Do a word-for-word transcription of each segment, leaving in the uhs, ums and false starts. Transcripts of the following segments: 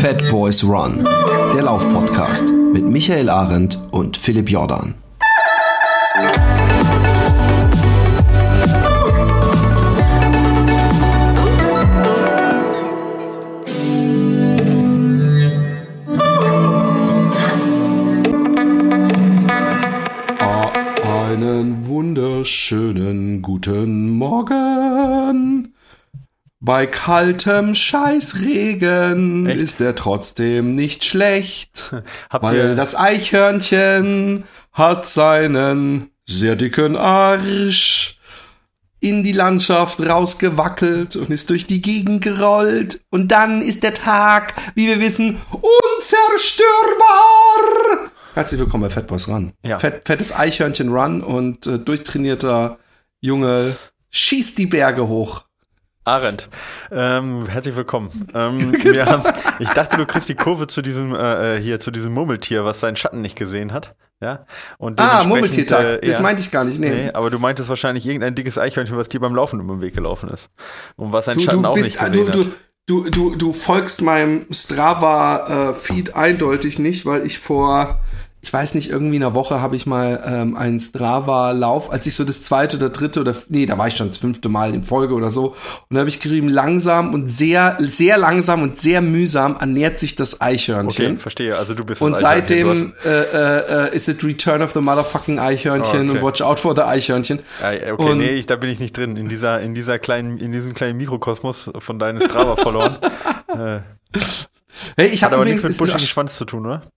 Fat Boys Run, der Lauf-Podcast mit Michael Arendt und Philipp Jordan. Einen wunderschönen guten Morgen. Bei kaltem Scheißregen Echt? Ist er trotzdem nicht schlecht, Habt weil ihr das Eichhörnchen hat seinen sehr dicken Arsch in die Landschaft rausgewackelt und ist durch die Gegend gerollt. Und dann ist der Tag, wie wir wissen, unzerstörbar. Herzlich willkommen bei Fat Boys Run. Ja. Fett, fettes Eichhörnchen Run und äh, durchtrainierter Junge schießt die Berge hoch. Arendt, ähm, herzlich willkommen. Ähm, genau. wir haben, ich dachte, du kriegst die Kurve zu diesem äh, hier zu diesem Murmeltier, was seinen Schatten nicht gesehen hat. Ja. Und ah, Murmeltiertag. Äh, das ja, meinte ich gar nicht. Nee. nee, aber du meintest wahrscheinlich irgendein dickes Eichhörnchen, was dir beim Laufen über den Weg gelaufen ist und was seinen du, Schatten du auch bist, nicht gesehen du, hat. Du, du, du, du folgst meinem Strava-Feed äh, eindeutig nicht, weil ich vor Ich weiß nicht, irgendwie in einer Woche habe ich mal ähm, einen Strava-Lauf, als ich so das zweite oder dritte oder, nee, da war ich schon das fünfte Mal in Folge oder so. Und da habe ich geschrieben, langsam und sehr, sehr langsam und sehr mühsam ernährt sich das Eichhörnchen. Okay, verstehe, also du bist das Und seitdem äh, äh, ist it Return of the Motherfucking Eichhörnchen oh, okay. und Watch out for the Eichhörnchen. Okay, und nee, ich, da bin ich nicht drin, in dieser, in dieser kleinen, in diesem kleinen Mikrokosmos von deinen Strava verloren. äh. Hey, ich habe aber nichts mit buschigen Schwanz zu tun, oder?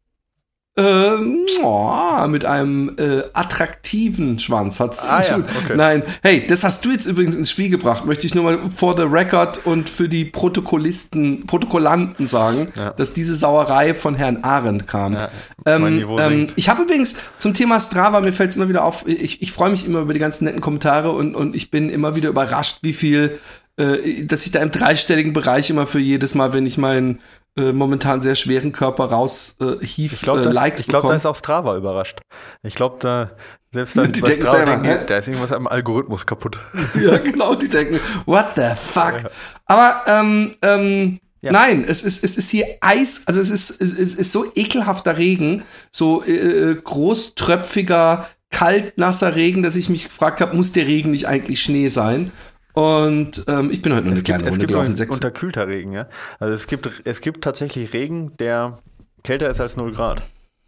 Ähm, oh, mit einem äh, attraktiven Schwanz hat's ah, zu tun. Ja, okay. Nein, hey, das hast du jetzt übrigens ins Spiel gebracht, möchte ich nur mal for the record und für die Protokollisten, Protokollanten sagen, ja. dass diese Sauerei von Herrn Arendt kam. Ja, ähm, ähm, ich habe übrigens zum Thema Strava, mir fällt es immer wieder auf, ich, ich freue mich immer über die ganzen netten Kommentare und, und ich bin immer wieder überrascht, wie viel, äh, dass ich da im dreistelligen Bereich immer für jedes Mal, wenn ich meinen Äh, momentan sehr schweren Körper raus äh, hief, ich glaub, äh, das, Likes Ich glaube, bekommen. da ist auch Strava überrascht. Ich glaube, da selbst da die denken Strava denken, denken, da ist irgendwas am Algorithmus kaputt. Ja, genau, die denken, what the fuck? Ja. Aber ähm, ähm, ja. nein, es ist es ist hier Eis, also es ist es ist, ist so ekelhafter Regen, so äh, großtröpfiger, kaltnasser Regen, dass ich mich gefragt habe, muss der Regen nicht eigentlich Schnee sein? Und ähm, ich bin heute nur eine kleine Runde gelaufen. Es gibt unterkühlter Regen, ja. Also es gibt es gibt tatsächlich Regen, der kälter ist als null Grad.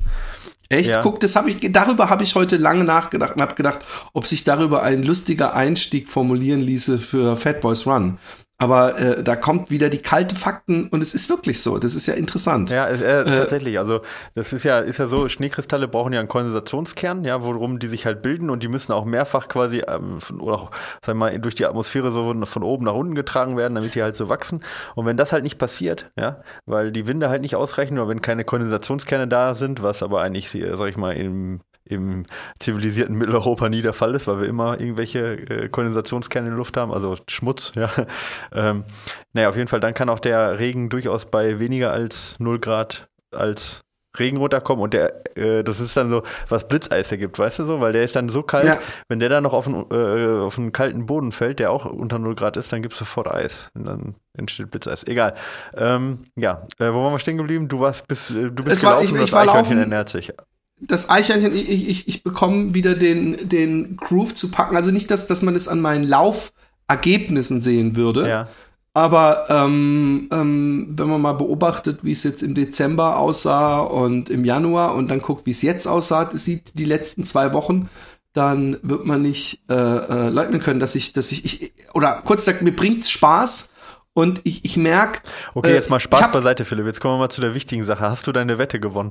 Echt? Ja. Guck, das habe ich darüber habe ich heute lange nachgedacht und habe gedacht, ob sich darüber ein lustiger Einstieg formulieren ließe für Fat Boys Run. Aber äh, da kommt wieder die kalte Fakten und es ist wirklich so. Das ist ja interessant. Ja, äh, äh, tatsächlich. Also das ist ja ist ja so, Schneekristalle brauchen ja einen Kondensationskern, ja, worum die sich halt bilden und die müssen auch mehrfach quasi ähm, von, oder auch, sag mal, durch die Atmosphäre so von oben nach unten getragen werden, damit die halt so wachsen. Und wenn das halt nicht passiert, ja, weil die Winde halt nicht ausreichen oder wenn keine Kondensationskerne da sind, was aber eigentlich, sag ich mal, im im zivilisierten Mitteleuropa nie der Fall ist, weil wir immer irgendwelche äh, Kondensationskerne in der Luft haben, also Schmutz, ja. Ähm, naja, auf jeden Fall, dann kann auch der Regen durchaus bei weniger als null Grad als Regen runterkommen und der, äh, das ist dann so, was Blitzeis ergibt, weißt du so, weil der ist dann so kalt, ja. wenn der dann noch auf einen, äh, auf einen kalten Boden fällt, der auch unter null Grad ist, dann gibt es sofort Eis und dann entsteht Blitzeis. Egal. Ähm, ja, äh, wo waren wir stehen geblieben? Du warst, bist, du bist war, gelaufen ich, und ich das Eichhörnchen laufen. ernährt sich. Das Eichhörnchen, ich, ich, ich bekomme wieder den, den Groove zu packen. Also nicht, dass, dass man es an meinen Laufergebnissen sehen würde. Ja. Aber ähm, ähm, wenn man mal beobachtet, wie es jetzt im Dezember aussah und im Januar und dann guckt, wie es jetzt aussah, sieht die letzten zwei Wochen, dann wird man nicht äh, äh, leugnen können, dass ich, dass ich, ich oder kurz gesagt, mir bringt's Spaß. Und ich, ich merke. Okay, jetzt mal Spaß hab, beiseite, Philipp. Jetzt kommen wir mal zu der wichtigen Sache. Hast du deine Wette gewonnen?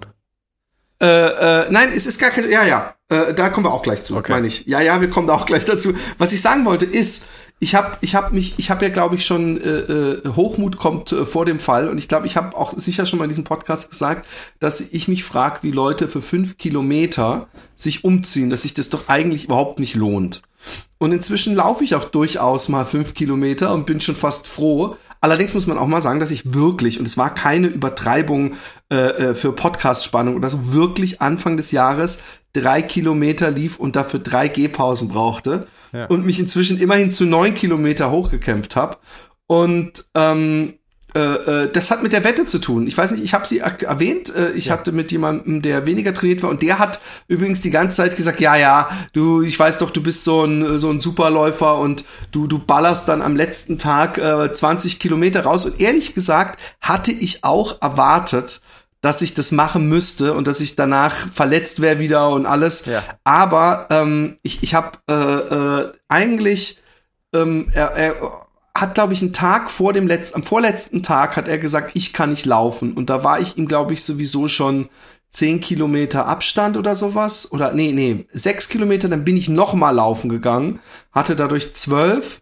Äh, äh, nein, es ist gar keine, ja, ja, äh, da kommen wir auch gleich zu, okay. meine ich. Ja, ja, wir kommen da auch gleich dazu. Was ich sagen wollte ist, ich habe ich hab mich, ich habe ja, glaube ich, schon, äh, äh, Hochmut kommt äh, vor dem Fall und ich glaube, ich habe auch sicher schon mal in diesem Podcast gesagt, dass ich mich frage, wie Leute für fünf Kilometer sich umziehen, dass sich das doch eigentlich überhaupt nicht lohnt. Und inzwischen laufe ich auch durchaus mal fünf Kilometer und bin schon fast froh. Allerdings muss man auch mal sagen, dass ich wirklich, und es war keine Übertreibung äh, für Podcast-Spannung oder so, wirklich Anfang des Jahres drei Kilometer lief und dafür drei Gehpausen brauchte ja. und mich inzwischen immerhin zu neun Kilometer hochgekämpft habe. Und ähm, äh, das hat mit der Wette zu tun. Ich weiß nicht, ich habe sie er- erwähnt. Äh, ich ja. hatte mit jemandem, der weniger trainiert war, und der hat übrigens die ganze Zeit gesagt, ja, ja, du, ich weiß doch, du bist so ein so ein Superläufer und du du ballerst dann am letzten Tag äh, zwanzig Kilometer raus. Und ehrlich gesagt hatte ich auch erwartet, dass ich das machen müsste und dass ich danach verletzt wäre wieder und alles. Ja. Aber ähm, ich ich habe äh, äh, eigentlich ähm, er, er hat, glaube ich, einen Tag vor dem letzten, am vorletzten Tag hat er gesagt, ich kann nicht laufen. Und da war ich ihm, glaube ich, sowieso schon zehn Kilometer Abstand oder sowas. Oder nee, nee, sechs Kilometer, dann bin ich noch mal laufen gegangen, hatte dadurch zwölf.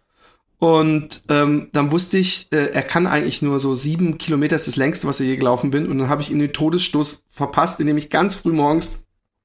Und ähm, dann wusste ich, äh, er kann eigentlich nur so sieben Kilometer, ist das längste, was ich je gelaufen bin. Und dann habe ich ihm den Todesstoß verpasst, indem ich ganz früh morgens,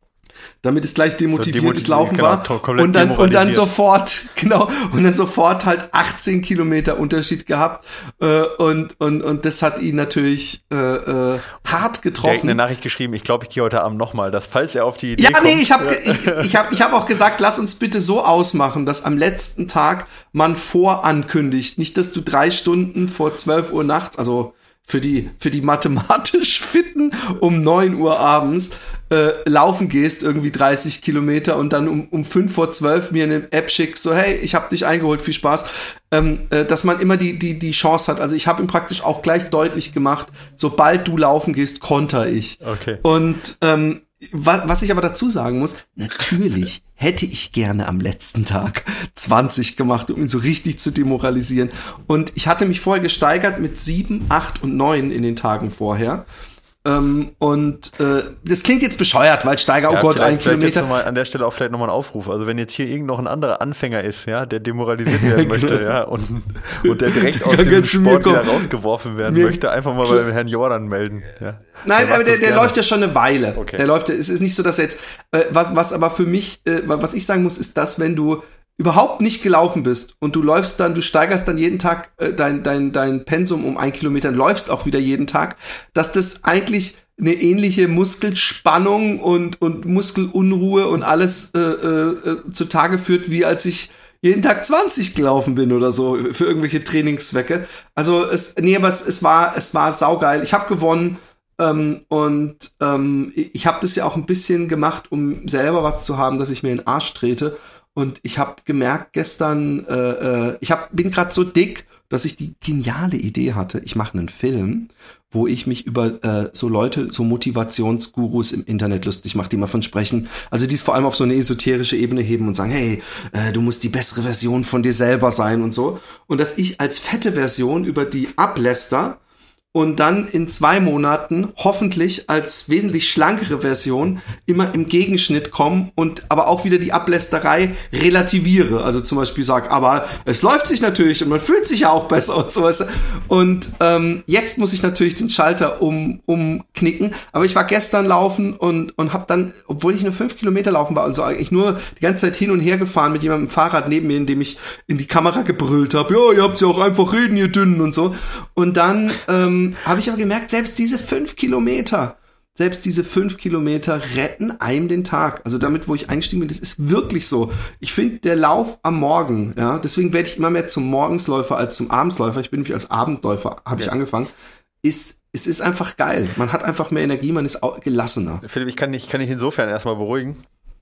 damit es gleich demotiviertes so Laufen genau, war und dann und dann sofort genau und dann sofort halt achtzehn Kilometer Unterschied gehabt äh, und und und das hat ihn natürlich äh, äh, hart getroffen. Er hat eine Nachricht geschrieben, ich glaube, ich gehe heute Abend nochmal, dass falls er auf die Idee ja kommt. nee ich habe ich, ich habe ich habe auch gesagt, lass uns bitte so ausmachen, dass am letzten Tag man vorankündigt, nicht, dass du drei Stunden vor zwölf Uhr nachts, also für die für die mathematisch Fitten um neun Uhr abends äh, laufen gehst, irgendwie dreißig Kilometer und dann um, um fünf vor zwölf mir eine App schickst, so hey, ich hab dich eingeholt, viel Spaß, ähm, äh, dass man immer die die die Chance hat. Also ich habe ihm praktisch auch gleich deutlich gemacht, sobald du laufen gehst, konter ich. Okay. Und ähm, was, was ich aber dazu sagen muss, natürlich hätte ich gerne am letzten Tag zwanzig gemacht, um ihn so richtig zu demoralisieren. Und ich hatte mich vorher gesteigert mit sieben, acht und neun in den Tagen vorher. Ähm, und äh, das klingt jetzt bescheuert, weil Steiger, ja, oh Gott, ein vielleicht Kilometer. Jetzt noch mal an der Stelle auch vielleicht nochmal ein Aufruf. Also wenn jetzt hier irgend noch ein anderer Anfänger ist, ja, der demoralisiert werden möchte, ja, und, und der direkt aus dem Sport wieder rausgeworfen werden mir möchte, einfach mal bei Herrn Jordan melden. Ja. Nein, der aber der, der läuft ja schon eine Weile. Okay. Der läuft, es ist nicht so, dass er jetzt, äh, was, was aber für mich, äh, was ich sagen muss, ist das, wenn du überhaupt nicht gelaufen bist und du läufst dann, du steigerst dann jeden Tag äh, dein, dein, dein Pensum um ein Kilometer und läufst auch wieder jeden Tag, dass das eigentlich eine ähnliche Muskelspannung und, und Muskelunruhe und alles äh, äh, zutage führt, wie als ich jeden Tag zwanzig gelaufen bin oder so für irgendwelche Trainingszwecke. Also es, nee, aber es, es war, es war saugeil. Ich habe gewonnen. Ähm, und ähm, ich habe das ja auch ein bisschen gemacht, um selber was zu haben, dass ich mir in den Arsch trete. Und ich habe gemerkt gestern, äh, äh, ich hab, bin gerade so dick, dass ich die geniale Idee hatte, ich mache einen Film, wo ich mich über äh, so Leute, so Motivationsgurus im Internet lustig mache, die mal von sprechen, also die es vor allem auf so eine esoterische Ebene heben und sagen, hey, äh, du musst die bessere Version von dir selber sein und so. Und dass ich als fette Version über die abläster und dann in zwei Monaten hoffentlich als wesentlich schlankere Version immer im Gegenschnitt kommen und aber auch wieder die Ablästerei relativiere. Also zum Beispiel sag, aber es läuft sich natürlich und man fühlt sich ja auch besser und so. Und ähm, jetzt muss ich natürlich den Schalter um umknicken. Aber ich war gestern laufen und und habe dann, obwohl ich nur fünf Kilometer laufen war und so eigentlich nur die ganze Zeit hin und her gefahren mit jemandem im Fahrrad neben mir, in dem ich in die Kamera gebrüllt habe, ja, ihr habt ja auch einfach reden, ihr Dünnen und so. Und dann ähm, habe ich aber gemerkt, selbst diese fünf Kilometer, selbst diese fünf Kilometer retten einem den Tag. Also damit, wo ich eingestiegen bin, das ist wirklich so. Ich finde, der Lauf am Morgen, ja, deswegen werde ich immer mehr zum Morgensläufer als zum Abendsläufer. Ich bin nämlich als Abendläufer, habe ja. ich angefangen. Ist, es ist einfach geil. Man hat einfach mehr Energie, man ist auch gelassener. Philipp, ich kann dich, kann dich insofern erstmal beruhigen,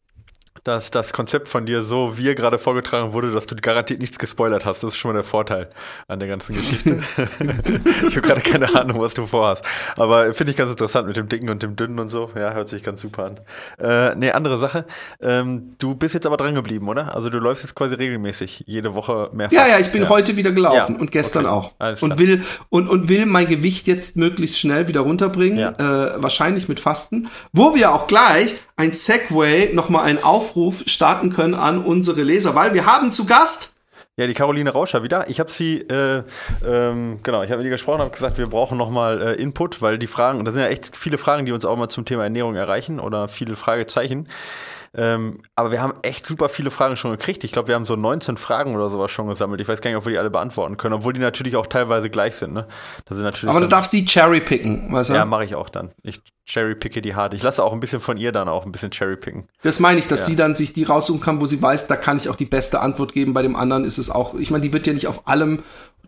dass das Konzept von dir so wie gerade vorgetragen wurde, dass du garantiert nichts gespoilert hast. Das ist schon mal der Vorteil an der ganzen Geschichte. Ich habe gerade keine Ahnung, was du vorhast. Aber finde ich ganz interessant mit dem Dicken und dem Dünnen und so. Ja, hört sich ganz super an. Äh, nee, andere Sache. Ähm, du bist jetzt aber dran geblieben, oder? Also du läufst jetzt quasi regelmäßig, jede Woche mehrfach. Ja, ja, ich bin ja. heute wieder gelaufen ja. und gestern okay. auch. Alles und klar. will und, und will mein Gewicht jetzt möglichst schnell wieder runterbringen. Ja. Äh, wahrscheinlich mit Fasten. Wo wir auch gleich ein Segway, nochmal einen Aufruf starten können an unsere Leser, weil wir haben zu Gast ja, die Caroline Rauscher wieder. Ich habe sie, äh, ähm, genau, ich habe mit ihr gesprochen, habe gesagt, wir brauchen nochmal äh, Input, weil die Fragen, und das sind ja echt viele Fragen, die uns auch mal zum Thema Ernährung erreichen oder viele Fragezeichen. Ähm, aber wir haben echt super viele Fragen schon gekriegt. Ich glaube, wir haben so neunzehn Fragen oder sowas schon gesammelt. Ich weiß gar nicht, ob wir die alle beantworten können, obwohl die natürlich auch teilweise gleich sind. Ne? Das sind natürlich aber du darfst sie cherrypicken, weißt du? Ja, mache ich auch dann. Ich cherrypicke die hart. Ich lasse auch ein bisschen von ihr dann auch ein bisschen cherrypicken. Das meine ich, dass ja. sie dann sich die raussuchen kann, wo sie weiß, da kann ich auch die beste Antwort geben. Bei dem anderen ist es auch, ich meine, die wird ja nicht auf allem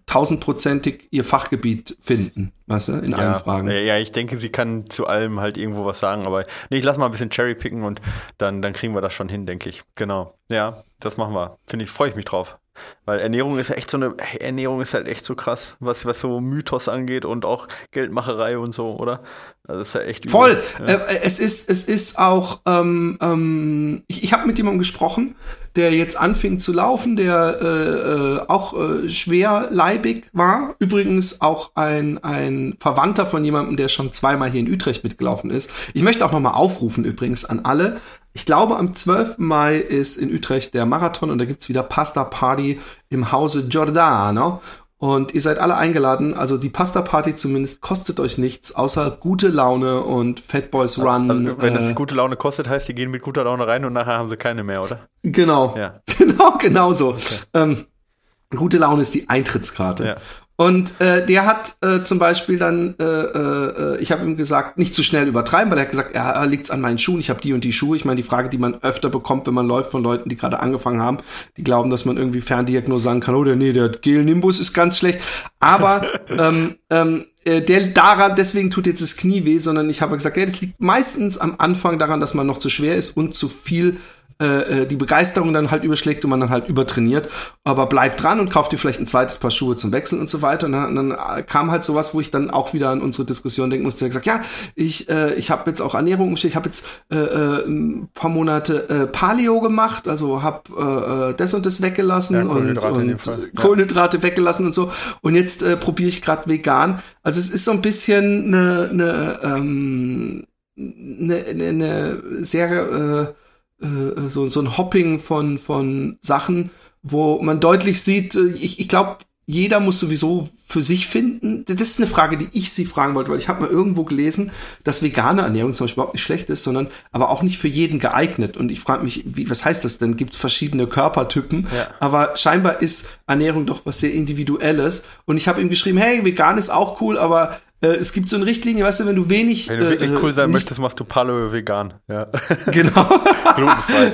tausendprozentig ihr Fachgebiet finden, weißt du, in ja, allen Fragen. Ja, ich denke, sie kann zu allem halt irgendwo was sagen, aber nee, ich lass mal ein bisschen Cherrypicken und dann, dann kriegen wir das schon hin, denke ich. Genau. Ja, das machen wir. Finde ich, freue ich mich drauf. Weil Ernährung ist ja echt so eine, Ernährung ist halt echt so krass, was, was so Mythos angeht und auch Geldmacherei und so, oder? Also das ist ja echt übel. Voll. Ja. Äh, es ist, es ist auch, ähm, ähm, ich, ich habe mit jemandem gesprochen, der jetzt anfing zu laufen, der äh, äh, auch äh, schwerleibig war. Übrigens auch ein, ein Verwandter von jemandem, der schon zweimal hier in Utrecht mitgelaufen ist. Ich möchte auch nochmal aufrufen übrigens an alle. Ich glaube, am zwölften Mai ist in Utrecht der Marathon und da gibt's wieder Pasta Party im Hause Giordano. Und ihr seid alle eingeladen. Also die Pasta Party zumindest kostet euch nichts, außer gute Laune und Fat Boys Run. Also, wenn es äh, gute Laune kostet, heißt, die gehen mit guter Laune rein und nachher haben sie keine mehr, oder? Genau. Ja. Genau, genau so. Okay. Ähm, gute Laune ist die Eintrittskarte. Ja. Und äh, der hat äh, zum Beispiel dann, äh, äh, ich habe ihm gesagt, nicht zu schnell übertreiben, weil er hat gesagt, ja, liegt's an meinen Schuhen, ich habe die und die Schuhe. Ich meine, die Frage, die man öfter bekommt, wenn man läuft von Leuten, die gerade angefangen haben, die glauben, dass man irgendwie Ferndiagnose sagen kann, oder nee, der Gel-Nimbus ist ganz schlecht. Aber ähm, ähm, der daran, deswegen tut jetzt das Knie weh, sondern ich habe gesagt, ja, das liegt meistens am Anfang daran, dass man noch zu schwer ist und zu viel äh, die Begeisterung dann halt überschlägt und man dann halt übertrainiert. Aber bleibt dran und kauft dir vielleicht ein zweites Paar Schuhe zum Wechseln und so weiter. Und dann, dann kam halt sowas, wo ich dann auch wieder an unsere Diskussion denken musste. Ich gesagt, ja, ich äh, ich habe jetzt auch Ernährung umgestellt. Ich habe jetzt äh, äh, ein paar Monate äh, Paleo gemacht, also habe äh, das und das weggelassen ja, und, und Kohlenhydrate ja. weggelassen und so. Und jetzt äh, probiere ich gerade vegan. Also es ist so ein bisschen eine eine ähm, eine, eine, eine sehr äh, so, so ein Hopping von, von Sachen, wo man deutlich sieht, ich, ich glaube, jeder muss sowieso für sich finden. Das ist eine Frage, die ich Sie fragen wollte, weil ich habe mal irgendwo gelesen, dass vegane Ernährung zum Beispiel überhaupt nicht schlecht ist, sondern aber auch nicht für jeden geeignet. Und ich frage mich, wie, was heißt das denn? Gibt es verschiedene Körpertypen? Ja. Aber scheinbar ist Ernährung doch was sehr Individuelles. Und ich habe ihm geschrieben, hey, vegan ist auch cool, aber Äh, es gibt so eine Richtlinie, weißt du, wenn du wenig... Wenn du wirklich äh, cool sein nicht, möchtest, machst du Paleo vegan. Ja. Genau. Glutenfrei.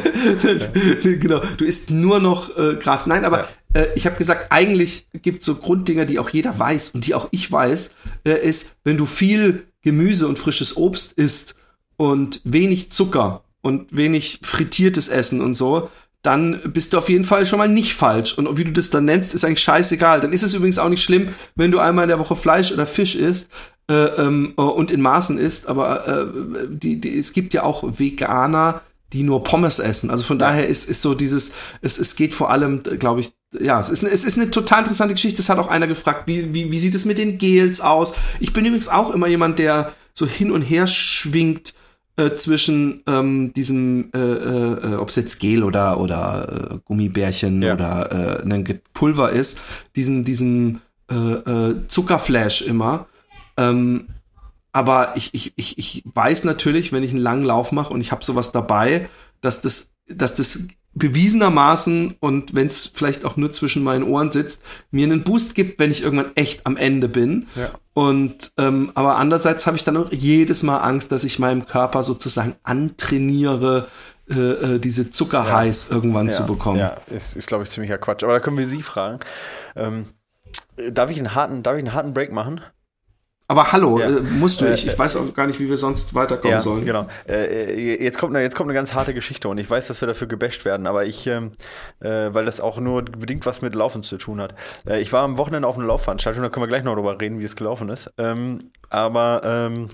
Ja. Genau. Du isst nur noch äh, Gras. Nein, aber ja. äh, ich habe gesagt, eigentlich gibt es so Grunddinger, die auch jeder weiß und die auch ich weiß, äh, ist, wenn du viel Gemüse und frisches Obst isst und wenig Zucker und wenig frittiertes Essen und so, dann bist du auf jeden Fall schon mal nicht falsch. Und wie du das dann nennst, ist eigentlich scheißegal. Dann ist es übrigens auch nicht schlimm, wenn du einmal in der Woche Fleisch oder Fisch isst äh, ähm, und in Maßen isst. Aber äh, die, die, es gibt ja auch Veganer, die nur Pommes essen. Also von daher ist, ist so dieses, es, es geht vor allem, glaube ich, ja, es ist, es ist eine total interessante Geschichte. Es hat auch einer gefragt, wie, wie, wie sieht es mit den Gels aus? Ich bin übrigens auch immer jemand, der so hin und her schwingt, Äh, zwischen ähm, diesem, äh, äh, ob es jetzt Gel oder oder äh, Gummibärchen ja. oder äh, ein Pulver ist, diesen diesen äh, äh, Zuckerflash immer. Ähm, aber ich ich ich ich weiß natürlich, wenn ich einen langen Lauf mache und ich habe sowas dabei, dass das dass das bewiesenermaßen und wenn es vielleicht auch nur zwischen meinen Ohren sitzt, mir einen Boost gibt, wenn ich irgendwann echt am Ende bin. Ja. Und ähm, aber andererseits habe ich dann auch jedes Mal Angst, dass ich meinem Körper sozusagen antrainiere, äh, äh, diese Zuckerheiß ja. irgendwann ja. zu bekommen. Ja, ist, ist glaube ich ziemlicher Quatsch. Aber da können wir Sie fragen. Ähm, darf ich einen harten, darf ich einen harten Break machen? Aber hallo, ja. äh, musst du, ich, äh, ich weiß auch gar nicht, wie wir sonst weiterkommen ja, sollen. Genau. Äh, jetzt, kommt eine, jetzt kommt eine ganz harte Geschichte und ich weiß, dass wir dafür gebasht werden, aber ich, ähm, äh, weil das auch nur bedingt was mit Laufen zu tun hat. Äh, ich war am Wochenende auf einer Laufveranstaltung, da können wir gleich noch drüber reden, wie es gelaufen ist. Ähm, aber ähm,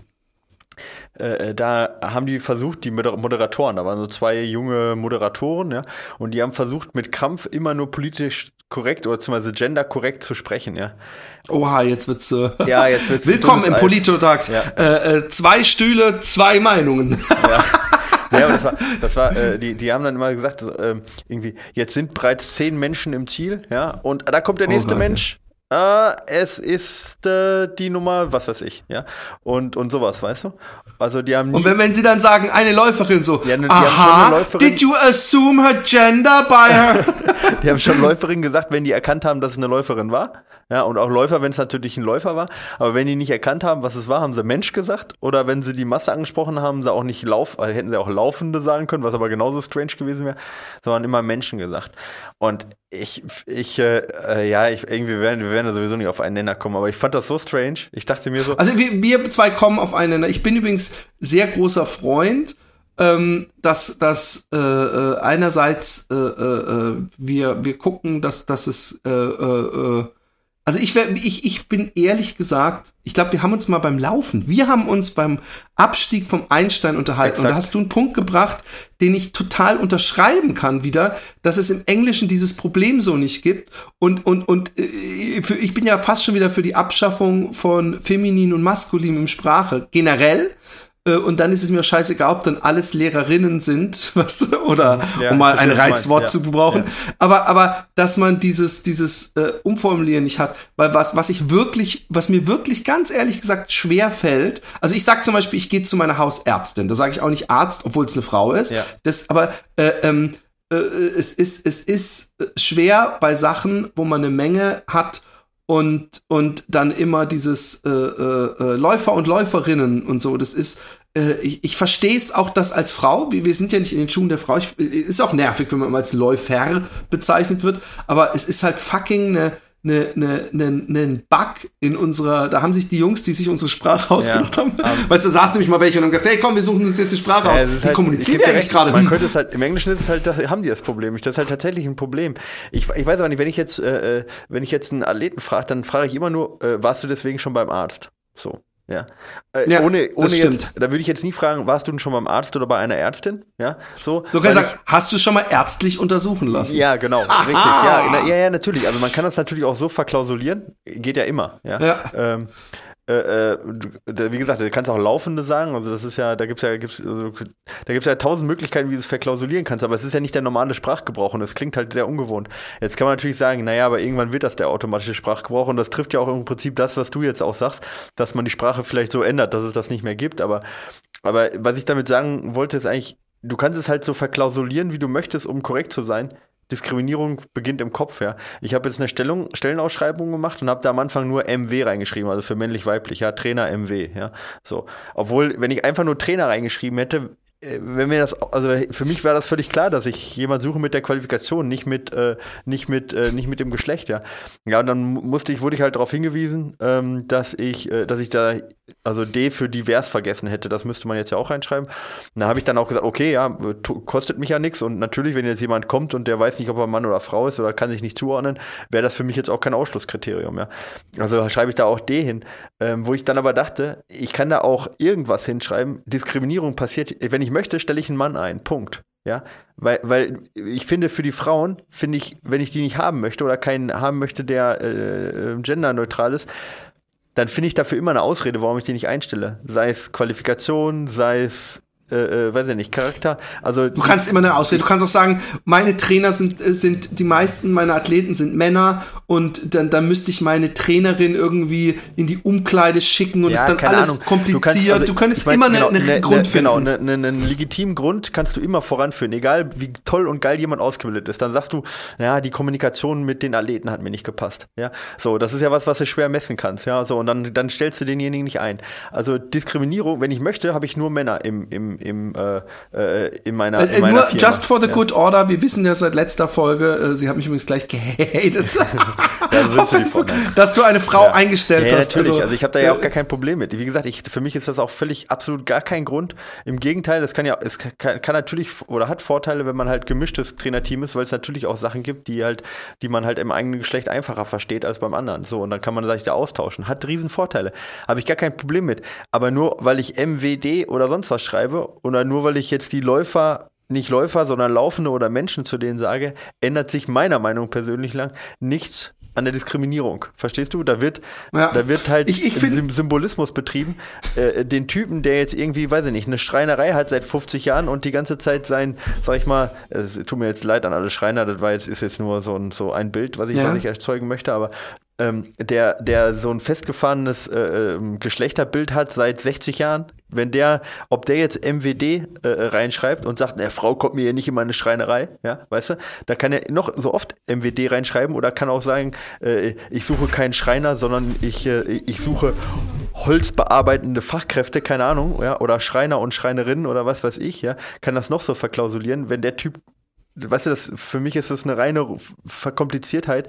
äh, da haben die versucht, die Moderatoren, da waren so zwei junge Moderatoren, ja, und die haben versucht, mit Krampf immer nur politisch korrekt oder beziehungsweise genderkorrekt zu sprechen, ja. Oha, jetzt wird's äh, ja, jetzt wird's willkommen im Politotax. Ja. Äh, äh, zwei Stühle, zwei Meinungen. Ja. Ja, aber das war, das war, äh, die, die haben dann immer gesagt, äh, irgendwie, jetzt sind bereits zehn Menschen im Ziel, ja, und da kommt der nächste oh, Mensch. Äh, es ist äh, die Nummer, was weiß ich, ja, und, und sowas, weißt du? Also die haben nie und wenn, wenn sie dann sagen, eine Läuferin so, ja, die aha, haben schon eine Läuferin, did you assume her gender by her? Die haben schon Läuferin gesagt, wenn die erkannt haben, dass es eine Läuferin war, Ja, und auch Läufer, wenn es natürlich ein Läufer war. Aber wenn die nicht erkannt haben, was es war, haben sie Mensch gesagt. Oder wenn sie die Masse angesprochen haben, sie auch nicht Lauf, also hätten sie auch Laufende sagen können, was aber genauso strange gewesen wäre, sondern immer Menschen gesagt. Und ich, ich, äh, ja, ich, irgendwie werden, wir werden da sowieso nicht auf einen Nenner kommen, aber ich fand das so strange. Ich dachte mir so. Also wir, wir zwei kommen auf einen Nenner. Ich bin übrigens sehr großer Freund, ähm, dass, dass äh, äh, einerseits äh, äh, wir, wir gucken, dass, dass es äh, äh, also ich, wär, ich, ich bin ehrlich gesagt, ich glaube, wir haben uns mal beim Laufen, wir haben uns beim Abstieg vom Einstein unterhalten. Exakt. Und da hast du einen Punkt gebracht, den ich total unterschreiben kann wieder, dass es im Englischen dieses Problem so nicht gibt. Und, und, und äh, für, ich bin ja fast schon wieder für die Abschaffung von Feminin und Maskulin in Sprache generell. Und dann ist es mir scheißegal, ob dann alles Lehrerinnen sind, weißt du, oder ja, um mal ein Reizwort meinst, ja. zu gebrauchen. Ja. Aber, aber, dass man dieses, dieses äh, Umformulieren nicht hat, weil was, was ich wirklich, was mir wirklich ganz ehrlich gesagt schwer fällt, also ich sag zum Beispiel, ich gehe zu meiner Hausärztin, da sage ich auch nicht Arzt, obwohl es eine Frau ist. Ja. Das, aber äh, ähm, äh, es ist, es ist schwer bei Sachen, wo man eine Menge hat. Und, und dann immer dieses äh, äh, Läufer und Läuferinnen und so, das ist, äh, ich, ich verstehe es auch, dass als Frau, wir, wir sind ja nicht in den Schuhen der Frau, ich, ist auch nervig, wenn man immer als Läufer bezeichnet wird, aber es ist halt fucking eine ne, ne, ne, ne Bug in unserer, da haben sich die Jungs, die sich unsere Sprache ausgedacht ja, haben, um, weißt du, da saßen nämlich mal welche und haben gesagt, hey komm, wir suchen uns jetzt die Sprache ja, aus. Wie halt, kommunizieren wir eigentlich gerade? Man könnte es halt, im Englischen ist es halt, das, haben die das Problem nicht. Das ist halt tatsächlich ein Problem. Ich, ich weiß aber nicht, wenn ich jetzt, äh, wenn ich jetzt einen Athleten frage, dann frage ich immer nur, äh, warst du deswegen schon beim Arzt? So. Ja. Äh, ja, ohne, ohne jetzt, da würde ich jetzt nie fragen, warst du denn schon beim Arzt oder bei einer Ärztin? Ja, so. Du kannst sagen, hast du schon mal ärztlich untersuchen lassen? Ja, genau, Aha. richtig. Ja, na, ja, ja, natürlich. Also man kann das natürlich auch so verklausulieren, geht ja immer. Ja. ja. Ähm, Äh, äh, wie gesagt, du kannst auch Laufende sagen, also das ist ja, da gibt's ja, gibt's, also, da gibt's ja tausend Möglichkeiten, wie du es verklausulieren kannst, aber es ist ja nicht der normale Sprachgebrauch und das klingt halt sehr ungewohnt. Jetzt kann man natürlich sagen, naja, aber irgendwann wird das der automatische Sprachgebrauch und das trifft ja auch im Prinzip das, was du jetzt auch sagst, dass man die Sprache vielleicht so ändert, dass es das nicht mehr gibt, aber, aber was ich damit sagen wollte, ist eigentlich, du kannst es halt so verklausulieren, wie du möchtest, um korrekt zu sein. Diskriminierung beginnt im Kopf, ja. Ich habe jetzt eine Stellung, Stellenausschreibung gemacht und habe da am Anfang nur M W reingeschrieben, also für männlich-weiblich, ja, Trainer M W, ja. So. Obwohl, wenn ich einfach nur Trainer reingeschrieben hätte, wenn mir das, also für mich war das völlig klar, dass ich jemanden suche mit der Qualifikation, nicht mit, äh, nicht mit, äh, nicht mit dem Geschlecht, ja. Ja, und dann musste ich, wurde ich halt darauf hingewiesen, ähm, dass ich, äh, dass ich da, also D für divers vergessen hätte. Das müsste man jetzt ja auch reinschreiben. Und da habe ich dann auch gesagt, okay, ja, kostet mich ja nichts. Und natürlich, wenn jetzt jemand kommt und der weiß nicht, ob er Mann oder Frau ist oder kann sich nicht zuordnen, wäre das für mich jetzt auch kein Ausschlusskriterium, ja. Also schreibe ich da auch D hin. Ähm, wo ich dann aber dachte, ich kann da auch irgendwas hinschreiben. Diskriminierung passiert, wenn ich möchte, stelle ich einen Mann ein. Punkt. Ja, weil, weil ich finde, für die Frauen, finde ich, wenn ich die nicht haben möchte oder keinen haben möchte, der äh, genderneutral ist, dann finde ich dafür immer eine Ausrede, warum ich die nicht einstelle. Sei es Qualifikation, sei es Äh, äh, weiß ich nicht, Charakter. Also du kannst immer eine Ausrede. Du kannst auch sagen, meine Trainer sind, sind die meisten meiner Athleten sind Männer und dann, dann müsste ich meine Trainerin irgendwie in die Umkleide schicken und ja, ist dann alles Ahnung. kompliziert. Du, kannst, also, du könntest ich mein, immer genau, einen ne, Grund ne, finden. Genau, einen ne, ne, legitimen Grund kannst du immer voranführen, egal wie toll und geil jemand ausgebildet ist. Dann sagst du, ja, die Kommunikation mit den Athleten hat mir nicht gepasst. Ja, so, das ist ja was, was du schwer messen kannst. Ja, so, und dann, dann stellst du denjenigen nicht ein. Also Diskriminierung, wenn ich möchte, habe ich nur Männer im, im Im, äh, äh, in meiner, in meiner Nur Firma. Just for the ja. good order, wir wissen ja seit letzter Folge, äh, sie hat mich übrigens gleich gehatet, ja, so Facebook, dass du eine Frau ja. eingestellt ja, hast. Natürlich, also, also ich habe da ja auch gar kein Problem mit. Wie gesagt, ich, für mich ist das auch völlig absolut gar kein Grund. Im Gegenteil, das kann ja, es kann, kann natürlich oder hat Vorteile, wenn man halt gemischtes Trainerteam ist, weil es natürlich auch Sachen gibt, die halt, die man halt im eigenen Geschlecht einfacher versteht als beim anderen. So, und dann kann man sich da austauschen. Hat riesen Vorteile. Habe ich gar kein Problem mit. Aber nur, weil ich M W D oder sonst was schreibe, oder nur weil ich jetzt die Läufer, nicht Läufer, sondern Laufende oder Menschen zu denen sage, ändert sich meiner Meinung persönlich lang nichts an der Diskriminierung. Verstehst du? Da wird, ja. da wird halt ich, ich find, Symbolismus betrieben. Äh, den Typen, der jetzt irgendwie, weiß ich nicht, eine Schreinerei hat seit fünfzig Jahren und die ganze Zeit sein, sag ich mal, es tut mir jetzt leid an alle Schreiner, das war jetzt, ist jetzt nur so ein, so ein Bild, was ich, ja. was ich erzeugen möchte, aber ähm, der, der so ein festgefahrenes äh, Geschlechterbild hat seit sechzig Jahren, wenn der, ob der jetzt M W D äh, reinschreibt und sagt, ne, Frau kommt mir hier nicht in meine Schreinerei, ja, weißt du, da kann er noch so oft M W D reinschreiben oder kann auch sagen, äh, ich suche keinen Schreiner, sondern ich, äh, ich suche holzbearbeitende Fachkräfte, keine Ahnung, ja, oder Schreiner und Schreinerinnen oder was weiß ich, ja, kann das noch so verklausulieren, wenn der Typ, weißt du, das, für mich ist das eine reine Verkompliziertheit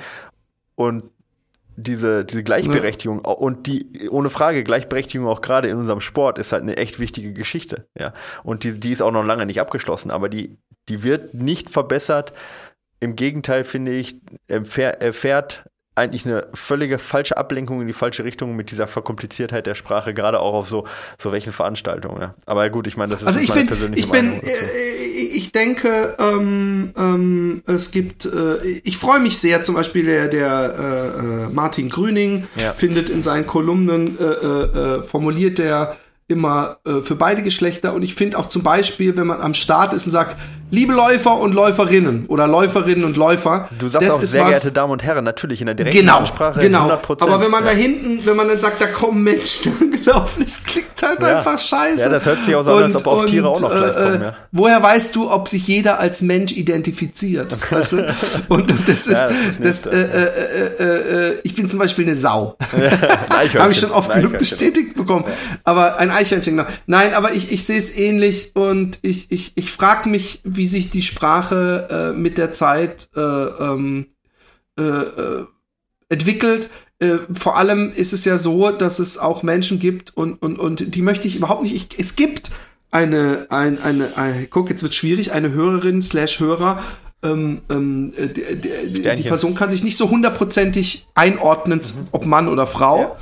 und Diese, diese Gleichberechtigung ja. und die, ohne Frage, Gleichberechtigung auch gerade in unserem Sport ist halt eine echt wichtige Geschichte, ja. Und die, die ist auch noch lange nicht abgeschlossen, aber die, die wird nicht verbessert. Im Gegenteil, finde ich, erfährt, erfährt eigentlich eine völlige falsche Ablenkung in die falsche Richtung mit dieser Verkompliziertheit der Sprache, gerade auch auf so, so welchen Veranstaltungen. Ja. Aber gut, ich meine, das ist also ich meine bin, persönliche ich bin, Meinung. Äh, ich denke, ähm, ähm, es gibt, äh, ich freue mich sehr, zum Beispiel der, der äh, Martin Grüning ja. findet in seinen Kolumnen, äh, äh, formuliert der immer äh, für beide Geschlechter und ich finde auch zum Beispiel, wenn man am Start ist und sagt, liebe Läufer und Läuferinnen oder Läuferinnen und Läufer. Du sagst das auch ist sehr was, geehrte Damen und Herren, natürlich in der direkten genau, Ansprache. Genau, hundert Prozent. aber wenn man ja. da hinten, wenn man dann sagt, da kommen Menschen angelaufen, das klingt halt ja. einfach scheiße. Ja, das hört sich auch so an, als ob auch Tiere auch noch gleich kommen. Ja. Woher weißt du, ob sich jeder als Mensch identifiziert? Weißt du? und, und das ist, ja, das, ist das äh, äh, äh, äh, ich bin zum Beispiel eine Sau. Ja, habe ich schon oft genug bestätigt bekommen. Ja. Aber ein Eichhörnchen, genau. Nein, aber ich, ich sehe es ähnlich und ich, ich, ich frage mich, wie sich die Sprache äh, mit der Zeit äh, ähm, äh, äh, entwickelt. Äh, vor allem ist es ja so, dass es auch Menschen gibt und, und, und die möchte ich überhaupt nicht. Ich, es gibt eine, ein, eine, eine, guck, jetzt wird schwierig, eine Hörerin slash Hörer, ähm, ähm, die, die, die Person kann sich nicht so hundertprozentig einordnen, mhm. ob Mann oder Frau. Ja.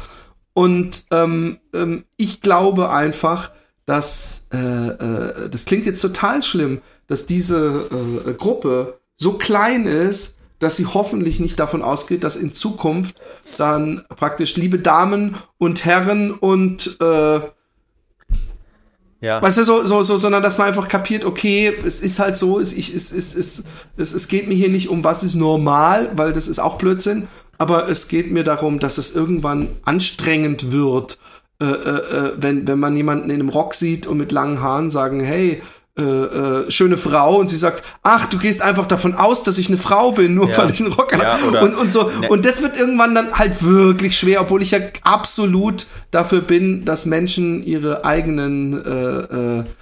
Und ähm, ähm, ich glaube einfach, dass, äh, äh, das klingt jetzt total schlimm, dass diese äh, Gruppe so klein ist, dass sie hoffentlich nicht davon ausgeht, dass in Zukunft dann praktisch liebe Damen und Herren und äh, ja. weißt du, so, so, so, sondern dass man einfach kapiert, okay, es ist halt so, es, ich, es, es, es, es, es geht mir hier nicht um, was ist normal, weil das ist auch Blödsinn, aber es geht mir darum, dass es irgendwann anstrengend wird, äh, äh, wenn, wenn man jemanden in einem Rock sieht und mit langen Haaren sagen, hey, Äh, äh, schöne Frau und sie sagt, ach, du gehst einfach davon aus, dass ich eine Frau bin, nur ja. weil ich einen Rock habe. Ja, und, und so. Ne. Und das wird irgendwann dann halt wirklich schwer, obwohl ich ja absolut dafür bin, dass Menschen ihre eigenen äh, äh,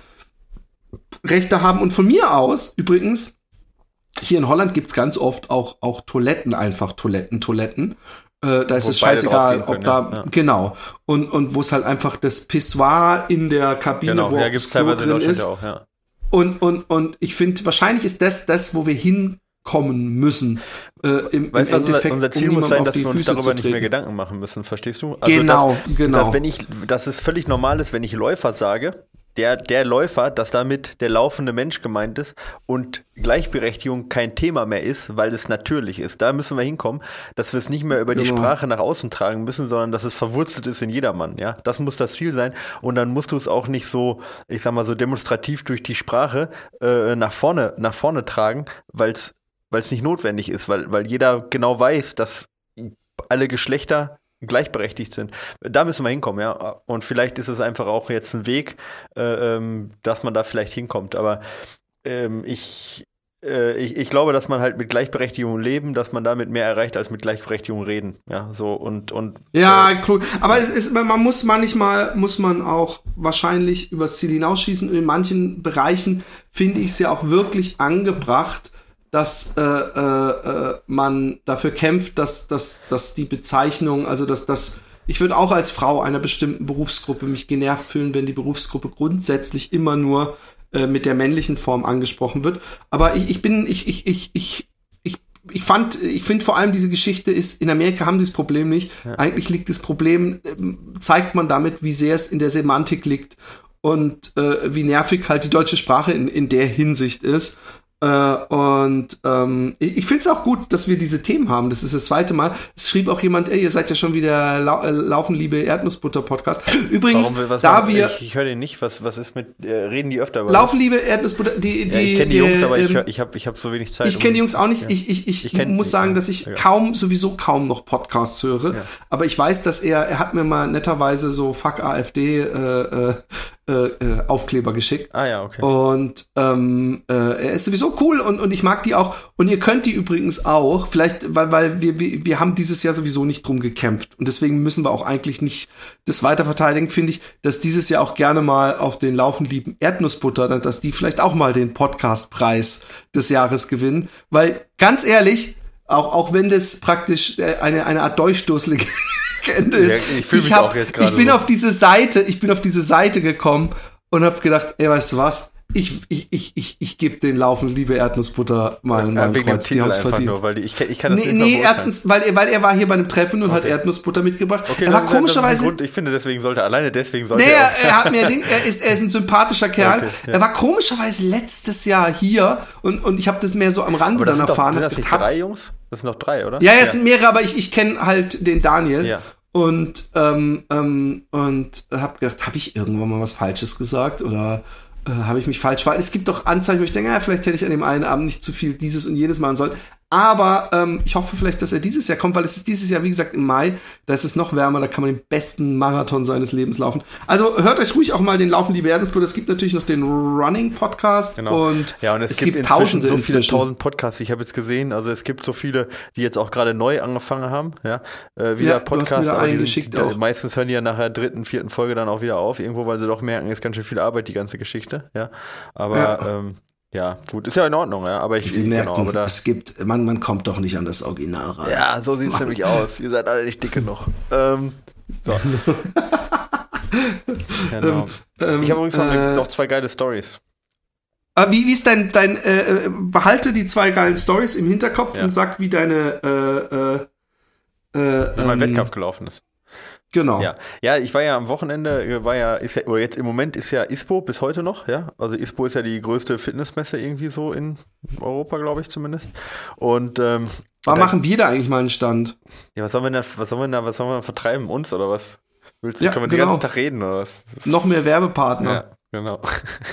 Rechte haben. Und von mir aus, übrigens, hier in Holland gibt's ganz oft auch, auch Toiletten, einfach Toiletten, Toiletten. Äh, da ist wo es scheißegal, ob können, da, ja. genau. Und, und wo es halt einfach das Pissoir in der Kabine, genau. wo ja, auch gibt's das Klo drin ist. Auch, ja. Und, und, und ich finde, wahrscheinlich ist das das, wo wir hinkommen müssen. Äh, im, weißt, im Endeffekt, unser, unser Ziel um muss sein, dass wir uns Füße darüber nicht mehr Gedanken machen müssen, verstehst du? Also genau, dass, genau. Dass, wenn ich, dass es völlig normal ist, wenn ich Läufer sage, der, der Läufer, dass damit der laufende Mensch gemeint ist und Gleichberechtigung kein Thema mehr ist, weil es natürlich ist. Da müssen wir hinkommen, dass wir es nicht mehr über genau. die Sprache nach außen tragen müssen, sondern dass es verwurzelt ist in jedermann. Ja? Das muss das Ziel sein. Und dann musst du es auch nicht so, ich sag mal, so demonstrativ durch die Sprache äh, nach vorne, nach vorne tragen, weil es weil es nicht notwendig ist, weil, weil jeder genau weiß, dass alle Geschlechter gleichberechtigt sind. Da müssen wir hinkommen, ja. Und vielleicht ist es einfach auch jetzt ein Weg, äh, ähm, dass man da vielleicht hinkommt. Aber ähm, ich, äh, ich, ich glaube, dass man halt mit Gleichberechtigung leben, dass man damit mehr erreicht, als mit Gleichberechtigung reden. Ja, so und, und ja, äh, cool. Aber es ist, man muss manchmal, muss man auch wahrscheinlich übers Ziel hinausschießen. Und in manchen Bereichen finde ich es ja auch wirklich angebracht, dass äh, äh, man dafür kämpft, dass, dass, dass die Bezeichnung, also dass das, ich würde auch als Frau einer bestimmten Berufsgruppe mich genervt fühlen, wenn die Berufsgruppe grundsätzlich immer nur äh, mit der männlichen Form angesprochen wird. Aber ich, ich bin, ich, ich, ich, ich, ich, ich fand, ich finde vor allem diese Geschichte ist, in Amerika haben die das Problem nicht. Ja. Eigentlich liegt das Problem, äh, zeigt man damit, wie sehr es in der Semantik liegt und äh, wie nervig halt die deutsche Sprache in, in der Hinsicht ist. Uh, und ähm, ich, ich finde es auch gut, dass wir diese Themen haben. Das ist das zweite Mal. Es schrieb auch jemand, ey, ihr seid ja schon wieder lau- äh, Laufen, liebe Erdnussbutter-Podcast. Übrigens, Warum, was, da was, wir... Ich, ich höre den nicht. Was, was ist mit... Äh, reden die öfter über Laufen, liebe Erdnussbutter... Die, die, ja, ich kenne die die, Jungs, aber ähm, ich, ich habe ich hab so wenig Zeit. Ich kenne die Jungs auch nicht. Ja. Ich, ich, ich, ich kenn, muss sagen, dass ich ja. kaum, sowieso kaum noch Podcasts höre. Ja. Aber ich weiß, dass er... Er hat mir mal netterweise so Fuck AfD... Äh, äh, äh, Aufkleber geschickt. Ah ja, okay. Und ähm, äh, er ist sowieso cool und, und ich mag die auch. Und ihr könnt die übrigens auch, vielleicht, weil, weil wir, wir, wir haben dieses Jahr sowieso nicht drum gekämpft. Und deswegen müssen wir auch eigentlich nicht das weiter verteidigen, finde ich, dass dieses Jahr auch gerne mal auf den Laufen lieben Erdnussbutter, dass die vielleicht auch mal den Podcastpreis des Jahres gewinnen. Weil, ganz ehrlich, auch, auch wenn das praktisch eine, eine Art Durchstoßlegende ist. Ja, ich fühle mich hab, auch jetzt gerade Ich bin so. auf diese Seite, ich bin auf diese Seite gekommen und habe gedacht, ey, weißt du was? Ich, ich, ich, ich, ich gebe den Laufen, liebe Erdnussbutter, mal ein ja, wegen Kreuz. dem Titel einfach nur, weil die, ich, ich kann das nee, nicht nee, erstens, weil, er- weil er war hier bei einem Treffen und Okay. hat Erdnussbutter mitgebracht. Okay, er war das ist- das ist ein komischerweise. Grund. Ich finde, deswegen sollte, alleine deswegen sollte Nee, er er, auch. er hat mir Ding, er ist, er ist ein sympathischer Kerl. Okay, ja. Er war komischerweise letztes Jahr hier und, und ich habe das mehr so am Rande Aber das dann sind, doch, erfahren. sind hab das nicht gedacht, drei Jungs? Das sind noch drei, oder? Ja, ja, es sind mehrere, aber ich, ich kenne halt den Daniel. Ja. Und, ähm, ähm, und hab gedacht, habe ich irgendwann mal was Falsches gesagt oder äh, habe ich mich falsch verhalten? Es gibt doch Anzeichen, wo ich denke, ja, vielleicht hätte ich an dem einen Abend nicht zu viel dieses und jenes machen sollen. Aber ähm, ich hoffe vielleicht, dass er dieses Jahr kommt, weil es ist dieses Jahr, wie gesagt, im Mai. Da ist es noch wärmer, da kann man den besten Marathon seines Lebens laufen. Also hört euch ruhig auch mal den Laufen, liebe Erdnussbutter. Es gibt natürlich noch den Running-Podcast. Genau. Und ja, und es, es gibt, gibt inzwischen tausende so viele inzwischen. tausend Podcasts. Ich habe jetzt gesehen, also es gibt so viele, die jetzt auch gerade neu angefangen haben, ja, äh, wieder Ja, du hast Podcasts. wieder aber die einen sind, geschickt die, auch. meistens hören die ja nach der dritten, vierten Folge dann auch wieder auf, irgendwo, weil sie doch merken, ist ganz schön viel Arbeit, die ganze Geschichte, ja. Aber, Ja. ähm, ja, gut, ist ja in Ordnung, ja, aber ich, Sie merken, genau, aber da, es gibt, man, man kommt doch nicht an das Original ran. ja, so sieht es nämlich aus. Ihr seid alle nicht dick genug. Ähm, so. Genau. Ähm, Ich habe übrigens noch, eine, äh, noch zwei geile Stories. Aber wie, wie ist dein, dein äh, äh, behalte die zwei geilen Stories im Hinterkopf Ja. und sag, wie deine äh, äh, äh, Wie mein ähm, Wettkampf gelaufen ist. Genau. Ja. ja, ich war ja am Wochenende, äh, war ja, ist ja, oder jetzt im Moment ist ja ISPO bis heute noch, ja. Also ISPO ist ja die größte Fitnessmesse irgendwie so in Europa, glaube ich zumindest. Und ähm, Wann da- machen wir da eigentlich mal einen Stand? ja, was sollen wir denn, was sollen wir denn, was sollen wir denn vertreiben? Uns oder was? Willst du, Ja, können wir den genau. ganzen Tag reden oder was? Das- Noch mehr Werbepartner. Ja, genau.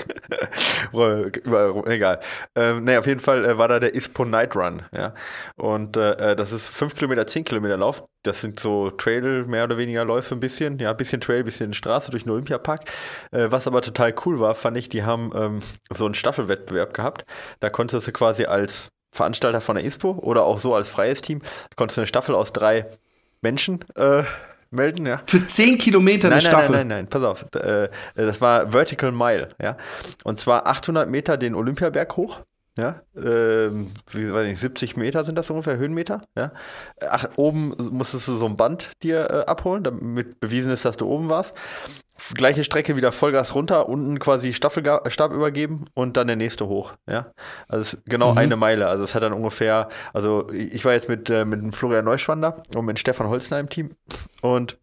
Überall rum, egal. Ähm, nee, auf jeden Fall äh, war da der ISPO Night Run, ja. Und äh, das ist fünf Kilometer, zehn Kilometer Lauf. Das sind so Trail, mehr oder weniger Läufe ein bisschen. Ja, ein bisschen Trail, ein bisschen Straße durch den Olympiapark. Äh, was aber total cool war, fand ich, die haben ähm, so einen Staffelwettbewerb gehabt. Da konntest du quasi als Veranstalter von der ISPO oder auch so als freies Team, konntest du eine Staffel aus drei Menschen äh, melden, ja. Für zehn Kilometer eine Nein, nein, Staffel. nein, nein, nein, pass auf. Äh, das war Vertical Mile, ja. Und zwar achthundert Meter den Olympiaberg hoch, ja. Ähm, wie, weiß nicht, siebzig Meter sind das ungefähr, Höhenmeter, ja. Ach, oben musstest du so ein Band dir äh, abholen, damit bewiesen ist, dass du oben warst. Gleiche Strecke wieder Vollgas runter, unten quasi Staffelstab übergeben und dann der nächste hoch, ja. Also es ist genau Mhm. eine Meile. Also es hat dann ungefähr, also ich war jetzt mit, äh, mit dem Florian Neuschwander und mit Stefan Holzner im Team und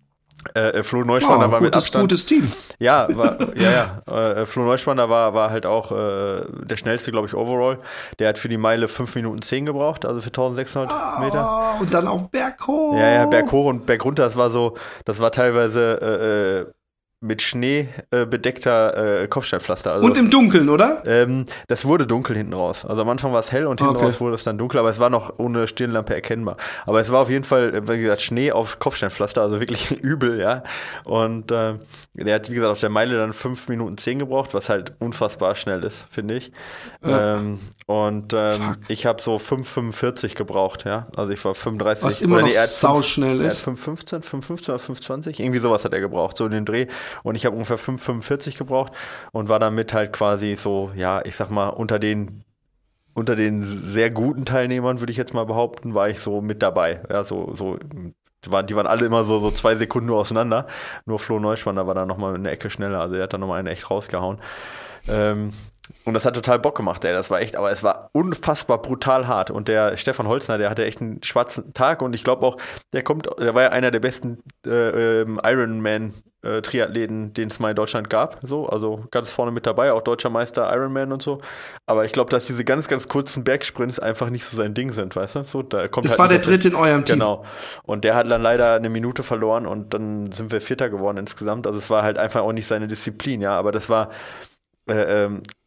äh, Flo Neuschwander Oh, war mit gutes, Abstand. gutes Team. Ja, war, ja, ja. Äh, Flo Neuschwander war, war halt auch äh, der schnellste, glaube ich, overall. Der hat für die Meile fünf Minuten zehn gebraucht, also für eintausendsechshundert Meter. Oh, und dann auch berghoch. Ja, ja, Berg hoch und Berg runter, das war so, das war teilweise äh, äh, mit Schnee äh, bedeckter äh, Kopfsteinpflaster. Also, Und im Dunkeln, oder? ähm, das wurde dunkel hinten raus. Also am Anfang war es hell und hinten Okay. raus wurde es dann dunkel, aber es war noch ohne Stirnlampe erkennbar. Aber es war auf jeden Fall, äh, wie gesagt, Schnee auf Kopfsteinpflaster, also wirklich übel, ja. Und äh, der hat, wie gesagt, auf der Meile dann fünf Minuten zehn gebraucht, was halt unfassbar schnell ist, finde ich. Ja. Ähm, und ähm, Fuck. ich habe so fünf fünfundvierzig gebraucht, ja. Also ich war fünfunddreißig. Was immer oder noch nee, er hat fünf- sauschnell er hat ist. fünf fünfzehn, fünf fünfzehn oder fünf zwanzig, irgendwie sowas hat er gebraucht, so in dem Dreh. Und ich habe ungefähr fünf fünfundvierzig gebraucht und war damit halt quasi so, ja, ich sag mal, unter den unter den sehr guten Teilnehmern, würde ich jetzt mal behaupten, war ich so mit dabei. Ja, so, so, die waren, die waren alle immer so, so zwei Sekunden nur auseinander. Nur Flo Neuschwander war da nochmal eine Ecke schneller, also der hat da nochmal eine echt rausgehauen. Ähm, und das hat total Bock gemacht, ey. Das war echt, aber es war unfassbar brutal hart. Und der Stefan Holzner, der hatte echt einen schwarzen Tag und ich glaube auch, der kommt, der war ja einer der besten äh, ähm, Ironman äh, Triathleten, den es mal in Deutschland gab. So, also ganz vorne mit dabei, auch deutscher Meister Ironman und so. Aber ich glaube, dass diese ganz, ganz kurzen Bergsprints einfach nicht so sein Ding sind, weißt du? So, da kommt Das halt war der nicht dritte in eurem Team. Genau. Und der hat dann leider eine Minute verloren und dann sind wir Vierter geworden insgesamt. Also es war halt einfach auch nicht seine Disziplin, ja. Aber das war, äh, ähm,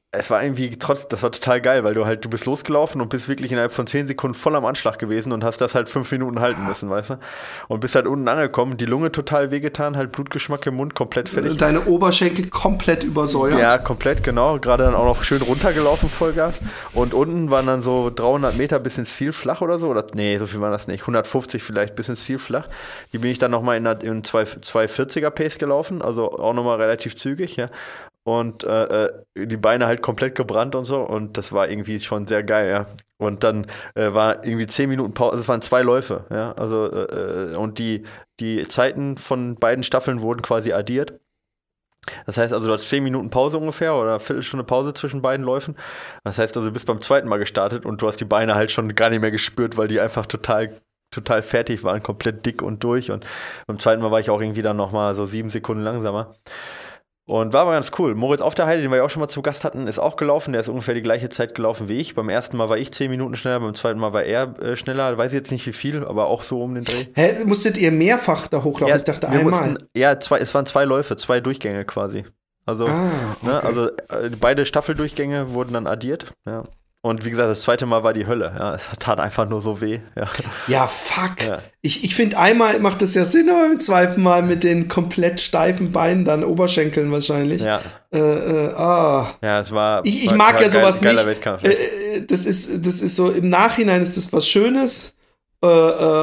es war irgendwie trotz, das war total geil, weil du halt, du bist losgelaufen und bist wirklich innerhalb von zehn Sekunden voll am Anschlag gewesen und hast das halt fünf Minuten halten müssen, weißt du? Und bist halt unten angekommen, die Lunge total wehgetan, halt Blutgeschmack im Mund, komplett fertig. Deine Oberschenkel komplett übersäuert. Ja, komplett, genau. Gerade dann auch noch schön runtergelaufen, Vollgas. Und unten waren dann so dreihundert Meter bis ins Ziel flach oder so. Oder, nee, so viel waren das nicht. hundertfünfzig vielleicht bis ins Ziel flach. Die bin ich dann nochmal in, in zwei vierziger Pace gelaufen, also auch nochmal relativ zügig, ja. Und äh, die Beine halt komplett gebrannt und so. Und das war irgendwie schon sehr geil, ja. Und dann äh, war irgendwie zehn Minuten Pause, also es waren zwei Läufe, ja. Also, äh, und die, die Zeiten von beiden Staffeln wurden quasi addiert. Das heißt also, du hast zehn Minuten Pause ungefähr oder eine Viertelstunde Pause zwischen beiden Läufen. Das heißt also, du bist beim zweiten Mal gestartet und du hast die Beine halt schon gar nicht mehr gespürt, weil die einfach total total fertig waren, komplett dick und durch. Und beim zweiten Mal war ich auch irgendwie dann nochmal so sieben Sekunden langsamer. Und war aber ganz cool. Moritz auf der Heide, den wir ja auch schon mal zu Gast hatten, ist auch gelaufen. Der ist ungefähr die gleiche Zeit gelaufen wie ich. Beim ersten Mal war ich zehn Minuten schneller, beim zweiten Mal war er äh, schneller. Weiß ich jetzt nicht wie viel, aber auch so um den Dreh. Hä, musstet ihr mehrfach da hochlaufen? Ja, ich dachte wir einmal. Mussten, ja, zwei, es waren zwei Läufe, zwei Durchgänge quasi. Also, ah, okay. ne, also äh, beide Staffeldurchgänge wurden dann addiert. Ja. Und wie gesagt, das zweite Mal war die Hölle. Ja, es tat einfach nur so weh. Ja, ja fuck. Ja. Ich, ich finde, einmal macht das ja Sinn, aber im zweiten Mal mit den komplett steifen Beinen, dann Oberschenkeln wahrscheinlich. Ja. Äh, äh, ah. Ja, es war. Ich, ich war, mag war ja sowas geil, nicht. Wettkampf, ja. äh, das ist, das ist so, im Nachhinein ist das was Schönes. Äh, äh,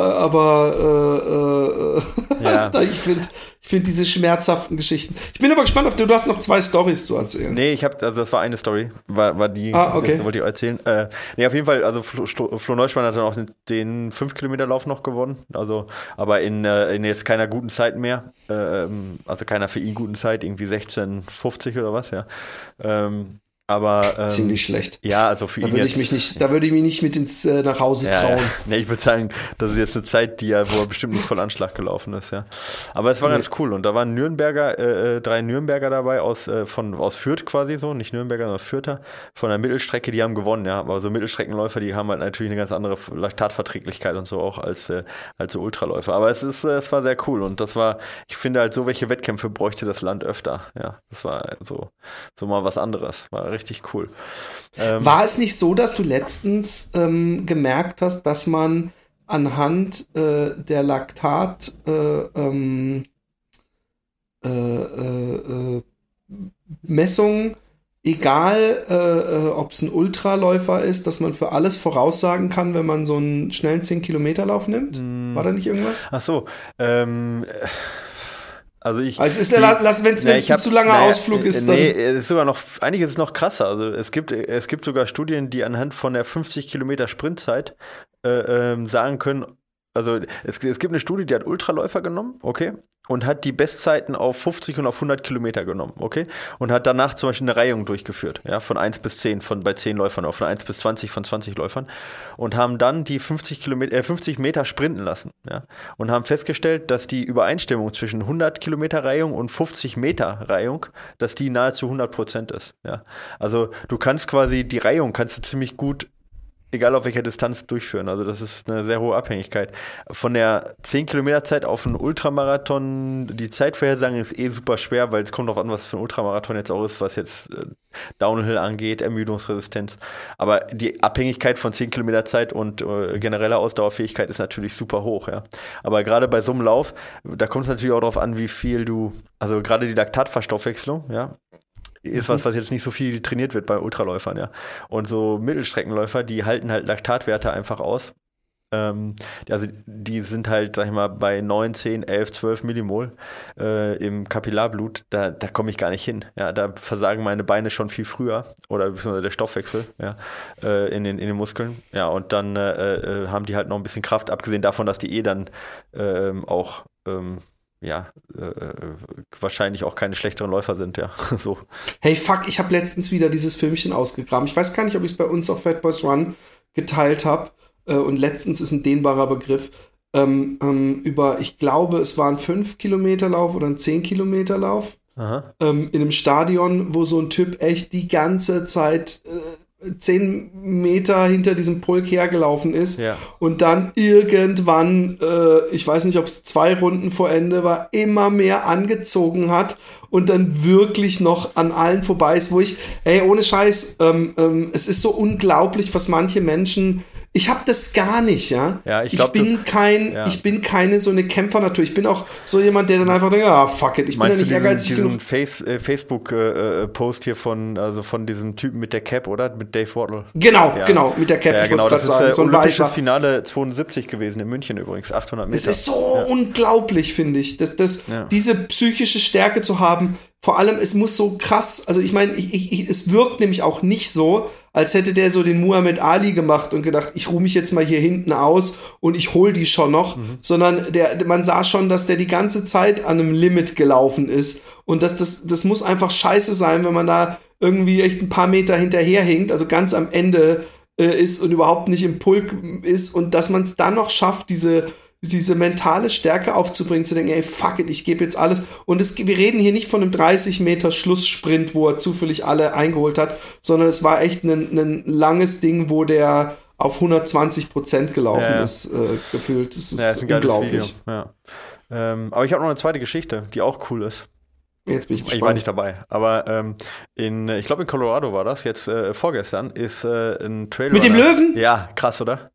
aber äh, äh, ja. ich finde ich finde diese schmerzhaften Geschichten. Ich bin aber gespannt auf du, du hast noch zwei Storys zu erzählen. Nee, ich habe, also das war eine Story, war, war die, ah, okay. das wollte ich erzählen. Äh, nee, auf jeden Fall, also Flo, Flo Neuschmann hat dann auch den, den fünf Kilometer Lauf noch gewonnen, also, aber in, äh, in jetzt keiner guten Zeit mehr, äh, also keiner für ihn guten Zeit, irgendwie sechzehn fünfzig oder was, ja. Ähm, Aber ähm, ziemlich schlecht. Ja, also für da ihn würde jetzt, ich mich nicht, da würde ich mich nicht mit ins äh, nach Hause ja, trauen. Ja. Nee, ich würde sagen, das ist jetzt eine Zeit, die ja, wo er bestimmt nicht voll Anschlag gelaufen ist, ja. Aber es war nee. ganz cool und da waren Nürnberger, äh, drei Nürnberger dabei aus äh, von aus Fürth quasi so, nicht Nürnberger, sondern Fürther von der Mittelstrecke, die haben gewonnen, ja. Aber so Mittelstreckenläufer, die haben halt natürlich eine ganz andere Laktatverträglichkeit und so auch als äh, als so Ultraläufer. Aber es ist, äh, es war sehr cool und das war, ich finde halt so welche Wettkämpfe bräuchte das Land öfter, ja. Das war so so mal was anderes, war richtig cool. Ähm, War es nicht so, dass du letztens ähm, gemerkt hast, dass man anhand äh, der Laktat äh, ähm, äh, äh, Messungen, egal äh, ob es ein Ultraläufer ist, dass man für alles voraussagen kann, wenn man so einen schnellen zehn Kilometer Lauf nimmt? Hm. War da nicht irgendwas? Ach so, ähm... Also ich, also es ist, wenn es ein hab, zu langer naja, Ausflug ist, dann nee, es ist sogar noch, eigentlich ist es noch krasser. Also es gibt, es gibt sogar Studien, die anhand von der fünfzig Kilometer Sprintzeit äh, ähm, sagen können, also es, es gibt eine Studie, die hat Ultraläufer genommen, okay, und hat die Bestzeiten auf fünfzig und auf hundert Kilometer genommen, okay, und hat danach zum Beispiel eine Reihung durchgeführt, ja, von eins bis zehn, von bei zehn Läufern, oder von eins bis zwanzig, von zwanzig Läufern und haben dann die fünfzig Kilometer, äh, fünfzig Meter sprinten lassen, ja, und haben festgestellt, dass die Übereinstimmung zwischen hundert Kilometer Reihung und fünfzig Meter Reihung, dass die nahezu hundert Prozent ist, ja, also du kannst quasi, die Reihung kannst du ziemlich gut egal auf welcher Distanz durchführen. Also das ist eine sehr hohe Abhängigkeit. Von der zehn Kilometer Zeit auf einen Ultramarathon, die Zeitvorhersagen ist eh super schwer, weil es kommt darauf an, was für ein Ultramarathon jetzt auch ist, was jetzt äh, Downhill angeht, Ermüdungsresistenz. Aber die Abhängigkeit von zehn Kilometer Zeit und äh, genereller Ausdauerfähigkeit ist natürlich super hoch, ja. Aber gerade bei so einem Lauf, da kommt es natürlich auch darauf an, wie viel du, also gerade die Laktatverstoffwechslung, ja, ist was, was jetzt nicht so viel trainiert wird bei Ultraläufern, ja. Und so Mittelstreckenläufer, die halten halt Laktatwerte einfach aus. Ähm, also die sind halt, sag ich mal, bei neun, zehn, elf, zwölf Millimol äh, im Kapillarblut, da, da komme ich gar nicht hin. Ja, da versagen meine Beine schon viel früher oder beziehungsweise der Stoffwechsel, ja, äh, in den, in den Muskeln. Ja, und dann äh, äh, haben die halt noch ein bisschen Kraft, abgesehen davon, dass die eh dann äh, auch ähm, ja, äh, wahrscheinlich auch keine schlechteren Läufer sind, ja, so. Hey, fuck, ich habe letztens wieder dieses Filmchen ausgegraben. Ich weiß gar nicht, ob ich es bei uns auf Fat Boys Run geteilt habe. Äh, und letztens ist ein dehnbarer Begriff. Ähm, ähm, über, ich glaube, es war ein fünf Kilometer Lauf oder ein zehn Kilometer Lauf. Ähm, in einem Stadion, wo so ein Typ echt die ganze Zeit äh, zehn Meter hinter diesem Pulk hergelaufen ist ja. und dann irgendwann, äh, ich weiß nicht, ob es zwei Runden vor Ende war, immer mehr angezogen hat und dann wirklich noch an allen vorbei ist, wo ich, ey, ohne Scheiß, ähm, ähm, es ist so unglaublich, was manche Menschen. Ich habe das gar nicht, ja. ja ich, glaub, ich bin du, kein, ja. ich bin keine so eine Kämpfernatur. Ich bin auch so jemand, der dann einfach denkt, ah, fuck it, ich Meinst bin ja nicht du ehrgeizig diesen, genug. diesen Face, äh, Facebook-Post äh, hier von, also von diesem Typen mit der Cap, oder? Mit Dave Wardle. Genau, ja. genau, mit der Cap, ja, ich genau, wollte es gerade sagen. Das ist äh, so ein olympisches weißer Finale zweiundsiebzig gewesen, in München übrigens, achthundert Meter. Es ist so ja. unglaublich, finde ich, dass, dass ja. diese psychische Stärke zu haben. Vor allem, es muss so krass, also ich meine, ich, ich, es wirkt nämlich auch nicht so, als hätte der so den Muhammad Ali gemacht und gedacht, ich ruhe mich jetzt mal hier hinten aus und ich hol die schon noch, mhm. sondern der, man sah schon, dass der die ganze Zeit an einem Limit gelaufen ist und dass das, das muss einfach scheiße sein, wenn man da irgendwie echt ein paar Meter hinterherhinkt, also ganz am Ende äh, ist und überhaupt nicht im Pulk ist und dass man es dann noch schafft, diese diese mentale Stärke aufzubringen, zu denken, ey, fuck it, ich gebe jetzt alles. Und es, wir reden hier nicht von einem dreißig Meter Schlusssprint, wo er zufällig alle eingeholt hat, sondern es war echt ein, ein langes Ding, wo der auf hundertzwanzig Prozent gelaufen ja, ja. ist, äh, gefühlt. Das ist, ja, ist ein unglaublich. Ja. Ähm, aber ich habe noch eine zweite Geschichte, die auch cool ist. Jetzt bin ich gespannt. Ich war nicht dabei, aber ähm, in, ich glaube in Colorado war das, jetzt äh, vorgestern, ist äh, ein Trailer. Mit dem Löwen? Ja, krass, oder?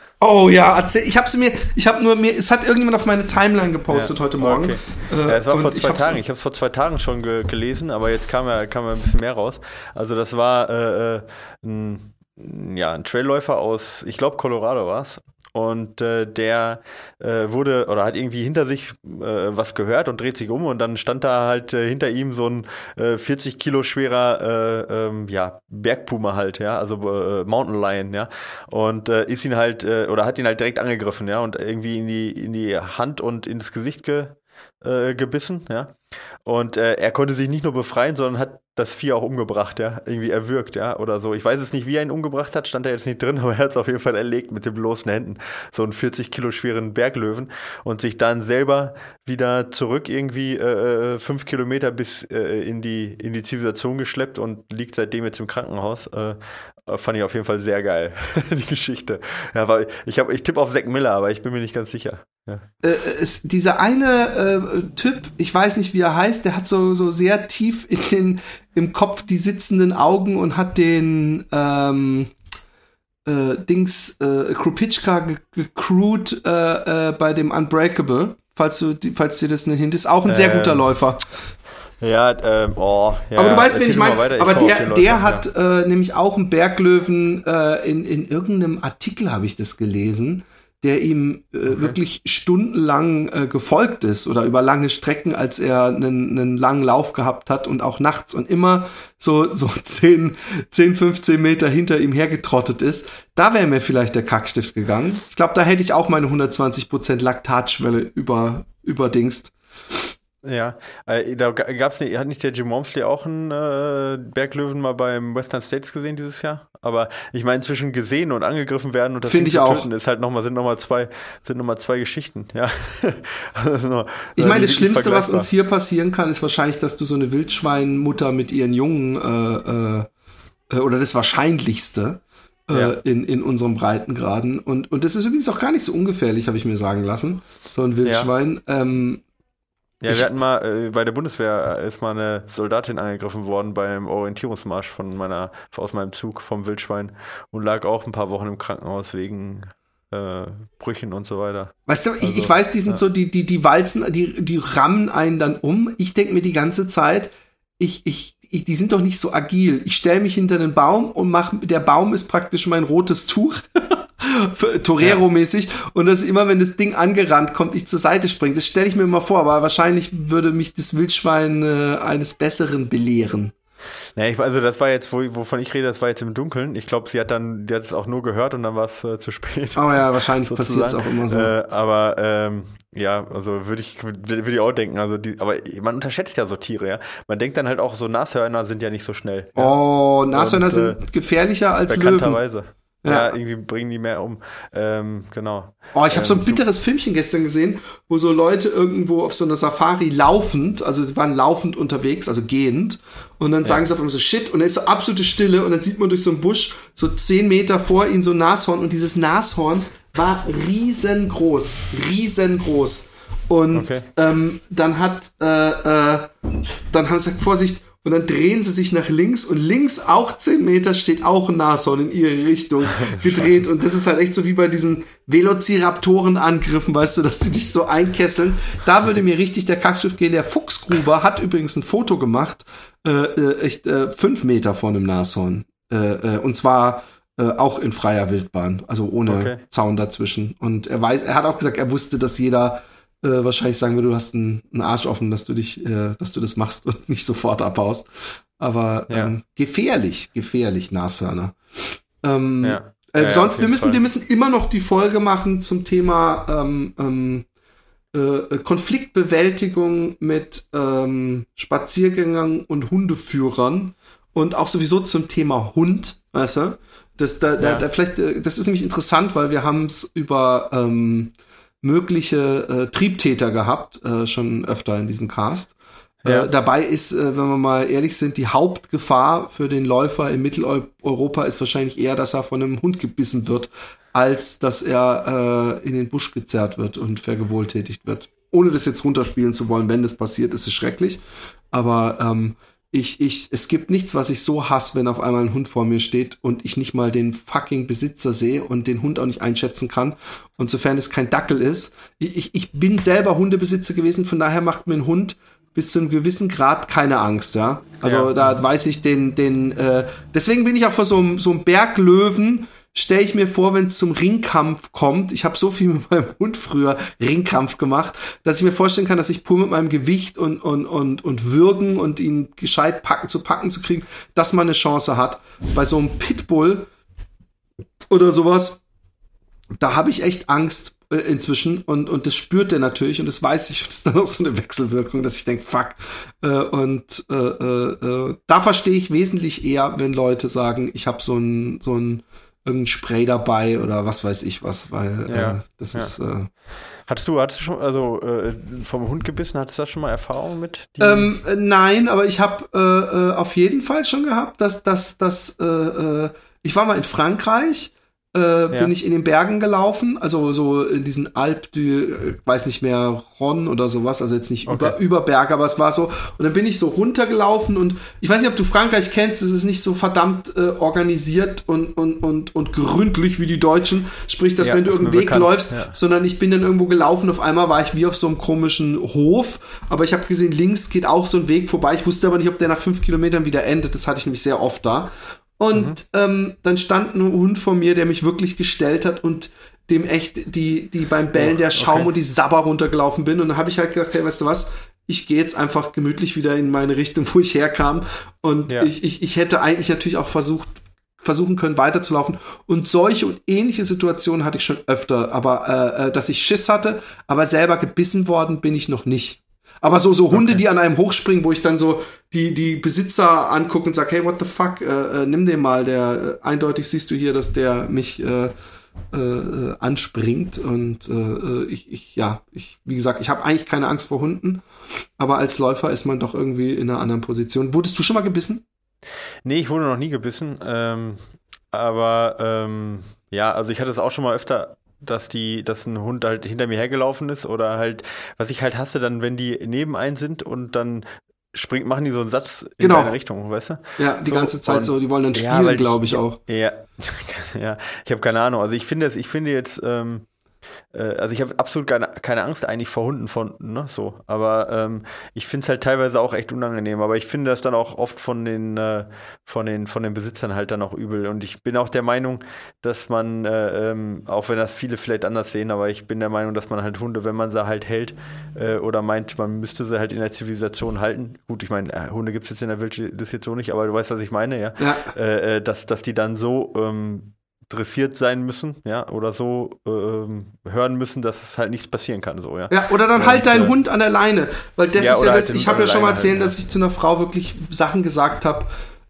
Oh ja, erzähl, ich hab's mir, ich hab nur mir, es hat irgendjemand auf meine Timeline gepostet ja. heute Morgen. Okay. Äh, ja, es war vor zwei ich Tagen, ich hab's vor zwei Tagen schon ge- gelesen, aber jetzt kam ja, kam ja ein bisschen mehr raus. Also das war äh, ein, ja, ein Trailläufer aus, ich glaube Colorado war's. Und äh, der äh, wurde oder hat irgendwie hinter sich äh, was gehört und dreht sich um und dann stand da halt äh, hinter ihm so ein äh, vierzig Kilo schwerer äh, ähm, ja, Bergpuma halt, ja, also äh, Mountain Lion, ja, und äh, ist ihn halt äh, oder hat ihn halt direkt angegriffen, ja, und irgendwie in die in die Hand und ins Gesicht ge, äh, gebissen, ja. Und äh, er konnte sich nicht nur befreien, sondern hat das Vieh auch umgebracht, ja, irgendwie erwürgt, ja, oder so. Ich weiß es nicht, wie er ihn umgebracht hat, stand da jetzt nicht drin, aber er hat es auf jeden Fall erlegt mit den bloßen Händen, so einen vierzig Kilo schweren Berglöwen und sich dann selber wieder zurück irgendwie äh, fünf Kilometer bis äh, in die in die Zivilisation geschleppt und liegt seitdem jetzt im Krankenhaus. Äh, fand ich auf jeden Fall sehr geil, die Geschichte. Ja, weil ich habe, ich tippe auf Zack Miller, aber ich bin mir nicht ganz sicher. Ja. Äh, es, dieser eine äh, Typ, ich weiß nicht, wie er heißt, der hat so so sehr tief in den im Kopf die sitzenden Augen und hat den ähm, äh, Dings äh, Krupitschka gecrewt äh, äh, bei dem Unbreakable, falls du falls dir das nicht hin ist, auch ein sehr guter ähm. Läufer. Ja, ähm, oh, ja. Aber du weißt, wen ich meine. Aber der, der Läufer, hat ja. äh, nämlich auch einen Berglöwen, äh, in, in irgendeinem Artikel habe ich das gelesen, der ihm äh, okay. wirklich stundenlang äh, gefolgt ist oder über lange Strecken, als er einen, einen langen Lauf gehabt hat und auch nachts und immer so, so zehn, fünfzehn Meter hinter ihm hergetrottet ist. Da wäre mir vielleicht der Kackstift gegangen. Ich glaube, da hätte ich auch meine hundertzwanzig Prozent Laktatschwelle über, überdingst. Ja, äh, da gab's nicht, hat nicht der Jim Walmsley auch einen äh, Berglöwen mal beim Western States gesehen dieses Jahr? Aber ich meine, zwischen gesehen und angegriffen werden und das Ding zu töten ist halt noch mal, sind nochmal zwei, sind noch mal zwei Geschichten, ja. Also noch, ich meine, das Schlimmste, was uns hier passieren kann, ist wahrscheinlich, dass du so eine Wildschweinmutter mit ihren Jungen äh, äh, oder das Wahrscheinlichste äh, ja. in, in unserem Breitengraden. Und, und das ist übrigens auch gar nicht so ungefährlich, habe ich mir sagen lassen, so ein Wildschwein. Ja. Ähm, Ja, wir hatten mal, äh, bei der Bundeswehr ist mal eine Soldatin angegriffen worden beim Orientierungsmarsch von meiner, aus meinem Zug vom Wildschwein und lag auch ein paar Wochen im Krankenhaus wegen äh, Brüchen und so weiter. Weißt du, ich, also, ich weiß, die sind ja. so, die, die, die walzen, die, die rammen einen dann um. Ich denke mir die ganze Zeit, ich, ich, ich, die sind doch nicht so agil. Ich stelle mich hinter einen Baum und mach, der Baum ist praktisch mein rotes Tuch. Torero-mäßig, ja. Und dass immer, wenn das Ding angerannt kommt, ich zur Seite springe. Das stelle ich mir immer vor, aber wahrscheinlich würde mich das Wildschwein äh, eines Besseren belehren. Ja, ich, also das war jetzt, wo, wovon ich rede, das war jetzt im Dunkeln. Ich glaube, sie hat dann, die hat es auch nur gehört und dann war es äh, zu spät. Oh ja, wahrscheinlich passiert es auch immer so. Äh, aber ähm, ja, also würde ich, würd ich auch denken. Also die, aber man unterschätzt ja so Tiere, ja. Man denkt dann halt auch, so Nashörner sind ja nicht so schnell. Oh, Nashörner und, sind äh, gefährlicher als bekannterweise. Löwen. Ja, ja, irgendwie bringen die mehr um. Ähm, genau. Oh, ich habe ähm, so ein bitteres Filmchen gestern gesehen, wo so Leute irgendwo auf so einer Safari laufend, also sie waren laufend unterwegs, also gehend, und dann sagen ja. sie auf einmal so Shit, und dann ist so absolute Stille, und dann sieht man durch so einen Busch so zehn Meter vor ihnen so ein Nashorn, und dieses Nashorn war riesengroß, riesengroß. Und okay. ähm, dann hat, äh, äh, dann haben sie gesagt, Vorsicht, und dann drehen sie sich nach links und links auch zehn Meter steht auch ein Nashorn in ihre Richtung gedreht. Und das ist halt echt so wie bei diesen Velociraptoren-Angriffen, weißt du, dass die dich so einkesseln. Da würde mir richtig der Kackschiff gehen. Der Fuchsgruber hat übrigens ein Foto gemacht, äh, äh, echt äh, fünf Meter vor einem Nashorn. Äh, äh, und zwar äh, auch in freier Wildbahn, also ohne okay. Zaun dazwischen. Und er weiß, er hat auch gesagt, er wusste, dass jeder Äh, wahrscheinlich sagen wir, du hast einen, einen Arsch offen, dass du dich, äh, dass du das machst und nicht sofort abhaust. Aber ja. ähm, gefährlich, gefährlich, Nashörner. Ähm, ja. äh, ja, sonst, ja, wir müssen, Fall. wir müssen immer noch die Folge machen zum Thema ähm, ähm, äh, Konfliktbewältigung mit ähm, Spaziergängern und Hundeführern und auch sowieso zum Thema Hund, weißt du? Das, da, ja. da, da vielleicht, das ist nämlich interessant, weil wir haben es über ähm, mögliche äh, Triebtäter gehabt, äh, schon öfter in diesem Cast. Ja. Äh, dabei ist, äh, wenn wir mal ehrlich sind, die Hauptgefahr für den Läufer in Mitteleuropa ist wahrscheinlich eher, dass er von einem Hund gebissen wird, als dass er äh, in den Busch gezerrt wird und vergewohltätigt wird. Ohne das jetzt runterspielen zu wollen, wenn das passiert, ist es schrecklich. Aber ähm, Ich, ich, es gibt nichts, was ich so hasse, wenn auf einmal ein Hund vor mir steht und ich nicht mal den fucking Besitzer sehe und den Hund auch nicht einschätzen kann. Und sofern es kein Dackel ist. Ich, ich bin selber Hundebesitzer gewesen, von daher macht mir ein Hund bis zu einem gewissen Grad keine Angst, ja. Also ja. da weiß ich den, den, äh, deswegen bin ich auch vor so einem, so einem Berglöwen, stelle ich mir vor, wenn es zum Ringkampf kommt, ich habe so viel mit meinem Hund früher Ringkampf gemacht, dass ich mir vorstellen kann, dass ich pur mit meinem Gewicht und und und und Würgen und ihn gescheit packen zu packen zu kriegen, dass man eine Chance hat. Bei so einem Pitbull oder sowas, da habe ich echt Angst äh, inzwischen und und das spürt er natürlich und das weiß ich, und das ist dann auch so eine Wechselwirkung, dass ich denke, fuck. Äh, und äh, äh, da verstehe ich wesentlich eher, wenn Leute sagen, ich habe so ein so ein irgendein Spray dabei oder was weiß ich was, weil ja, äh, das ja. ist äh, Hattest du, hattest du schon, also äh, vom Hund gebissen, hattest du da schon mal Erfahrung mit? Ähm, äh, nein, aber ich habe äh, äh, auf jeden Fall schon gehabt, dass, dass, dass äh, äh, ich war mal in Frankreich, äh, ja. bin ich in den Bergen gelaufen, also so in diesen Alp du, weiß nicht mehr, Ron oder sowas, also jetzt nicht okay. über, über Berge, aber es war so, und dann bin ich so runtergelaufen und ich weiß nicht, ob du Frankreich kennst, es ist nicht so verdammt äh, organisiert und, und, und, und gründlich wie die Deutschen, sprich, dass ja, wenn du irgendeinen Weg bekannt. läufst, ja. sondern ich bin dann irgendwo gelaufen, auf einmal war ich wie auf so einem komischen Hof, aber ich habe gesehen, links geht auch so ein Weg vorbei, ich wusste aber nicht, ob der nach fünf Kilometern wieder endet, das hatte ich nämlich sehr oft da. Und mhm. ähm, dann stand ein Hund vor mir, der mich wirklich gestellt hat und dem echt die die beim Bellen der Schaum okay. und die Sabber runtergelaufen bin. Und dann habe ich halt gedacht, hey, weißt du was, ich gehe jetzt einfach gemütlich wieder in meine Richtung, wo ich herkam. Und ja. ich, ich ich hätte eigentlich natürlich auch versucht versuchen können, weiterzulaufen. Und solche und ähnliche Situationen hatte ich schon öfter. Aber äh, dass ich Schiss hatte, aber selber gebissen worden bin ich noch nicht. Aber so so Hunde, okay. die an einem hochspringen, wo ich dann so die die Besitzer angucke und sag, hey, what the fuck, äh, äh, nimm den mal, der äh, eindeutig siehst du hier, dass der mich äh, äh, anspringt und äh, ich ich ja, ich wie gesagt, ich habe eigentlich keine Angst vor Hunden, aber als Läufer ist man doch irgendwie in einer anderen Position. Wurdest du schon mal gebissen? Nee, ich wurde noch nie gebissen, ähm, aber ähm, ja, also ich hatte es auch schon mal öfter, dass die, dass ein Hund halt hinter mir hergelaufen ist oder halt, was ich halt hasse, dann, wenn die neben einen sind und dann springt, machen die so einen Satz in genau. deine Richtung, weißt du? Ja, die so, ganze Zeit so, die wollen dann spielen, ja, glaube ich, ich auch. Ja, ja, ich habe keine Ahnung. Also ich finde es, ich finde jetzt, ähm, also ich habe absolut keine, keine Angst eigentlich vor Hunden, von, ne, so, aber ähm, ich finde es halt teilweise auch echt unangenehm, aber ich finde das dann auch oft von den, äh, von den, von den Besitzern halt dann auch übel und ich bin auch der Meinung, dass man, äh, ähm, auch wenn das viele vielleicht anders sehen, aber ich bin der Meinung, dass man halt Hunde, wenn man sie halt hält äh, oder meint, man müsste sie halt in der Zivilisation halten, gut, ich meine, äh, Hunde gibt es jetzt in der Wildnis jetzt so nicht, aber du weißt, was ich meine, ja, ja. Äh, dass, dass die dann so ähm, dressiert sein müssen, ja, oder so ähm, hören müssen, dass es halt nichts passieren kann, so, ja. Ja, oder dann und, halt deinen äh, Hund an der Leine, weil das ja, ist ja das, halt ich habe ja schon mal erzählt, halten, dass ich zu einer Frau wirklich Sachen gesagt habe,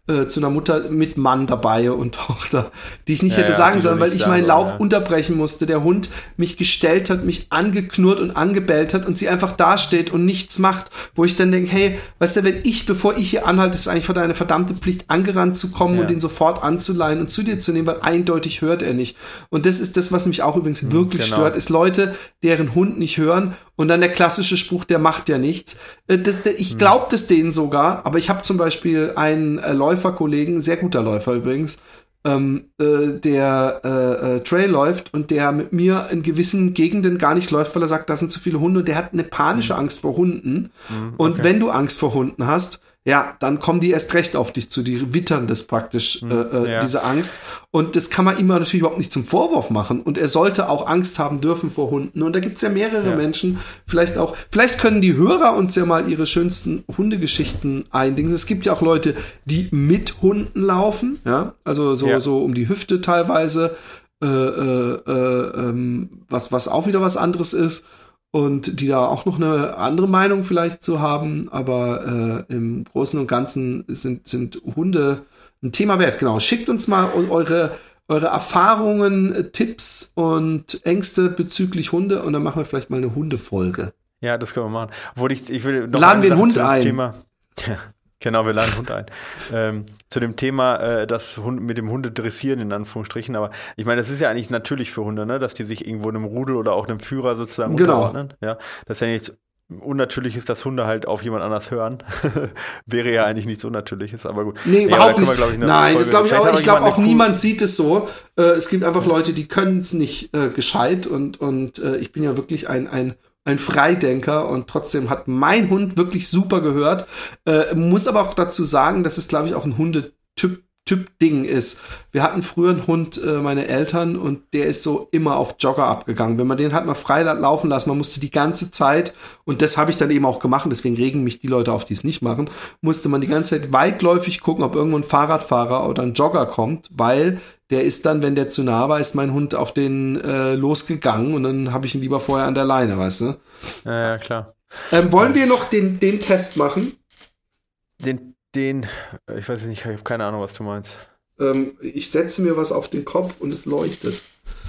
äh, zu einer Mutter mit Mann dabei und Tochter, die ich nicht Ja, hätte ja, sagen die sollen, du weil nicht ich meinen sagen Lauf sollen, ja. unterbrechen musste. Der Hund mich gestellt hat, mich angeknurrt und angebellt hat und sie einfach dasteht und nichts macht, wo ich dann denke, hey, weißt du, wenn ich, bevor ich hier anhalte, ist eigentlich vor deine verdammte Pflicht, angerannt zu kommen Ja. und den sofort anzuleihen und zu dir zu nehmen, weil eindeutig hört er nicht. Und das ist das, was mich auch übrigens wirklich genau. stört, ist Leute, deren Hund nicht hören und dann der klassische Spruch, der macht ja nichts. Äh, d- d- Ich glaube das denen sogar, aber ich habe zum Beispiel einen äh, Läuferkollegen, sehr guter Läufer übrigens, ähm, äh, der äh, äh, Trail läuft und der mit mir in gewissen Gegenden gar nicht läuft, weil er sagt, da sind zu viele Hunde und der hat eine panische Angst vor Hunden. Mhm, Und okay. wenn du Angst vor Hunden hast, ja, dann kommen die erst recht auf dich zu, die wittern das praktisch, äh, äh, ja. diese Angst. Und das kann man ihm natürlich überhaupt nicht zum Vorwurf machen. Und er sollte auch Angst haben dürfen vor Hunden. Und da gibt's ja mehrere Ja. Menschen, vielleicht auch, vielleicht können die Hörer uns ja mal ihre schönsten Hundegeschichten eindingen. Es gibt ja auch Leute, die mit Hunden laufen, ja, also so, Ja. so um die Hüfte teilweise, äh, äh, äh, ähm, was, was auch wieder was anderes ist. Und die da auch noch eine andere Meinung vielleicht zu haben, aber äh, im Großen und Ganzen sind, sind Hunde ein Thema wert. Genau, schickt uns mal eure, eure Erfahrungen, äh, Tipps und Ängste bezüglich Hunde und dann machen wir vielleicht mal eine Hundefolge. Ja, das können wir machen. Obwohl ich, ich will noch Laden eine wir einen Sache Hund zu dem ein. Thema. Ja, genau, wir laden einen Hund ein. Ähm, zu dem Thema, äh, das Hund, mit dem Hunde dressieren, in Anführungsstrichen. Aber ich meine, das ist ja eigentlich natürlich für Hunde, ne? Dass die sich irgendwo einem Rudel oder auch einem Führer sozusagen Genau. unterordnen. Ja, das ist ja nichts Unnatürliches, dass Hunde halt auf jemand anders hören. Wäre ja eigentlich nichts Unnatürliches, aber gut. Nee, Ja, überhaupt aber da können wir, nicht. glaub ich, eine Nein, Folge- das glaube ich vielleicht auch. haben wir Ich glaube jemanden, auch der cool- niemand sieht es so. Äh, es gibt einfach Leute, die können es nicht äh, gescheit und, und äh, ich bin ja wirklich ein, ein ein Freidenker und trotzdem hat mein Hund wirklich super gehört. Äh, muss aber auch dazu sagen, dass es, glaube ich, auch ein Hundetyp Typ-Ding ist. Wir hatten früher einen Hund, äh, meine Eltern, und der ist so immer auf Jogger abgegangen. Wenn man den halt mal frei laufen lassen, man musste die ganze Zeit, und das habe ich dann eben auch gemacht, deswegen regen mich die Leute auf, die es nicht machen, musste man die ganze Zeit weitläufig gucken, ob irgendwo ein Fahrradfahrer oder ein Jogger kommt, weil der ist dann, wenn der zu nah war, ist mein Hund auf den äh, losgegangen und dann habe ich ihn lieber vorher an der Leine, weißt du? Ja, ja, klar. Ähm, wollen wir noch den, den Test machen? Den, den, ich weiß nicht, ich habe keine Ahnung, was du meinst. Ähm, ich setze mir was auf den Kopf und es leuchtet.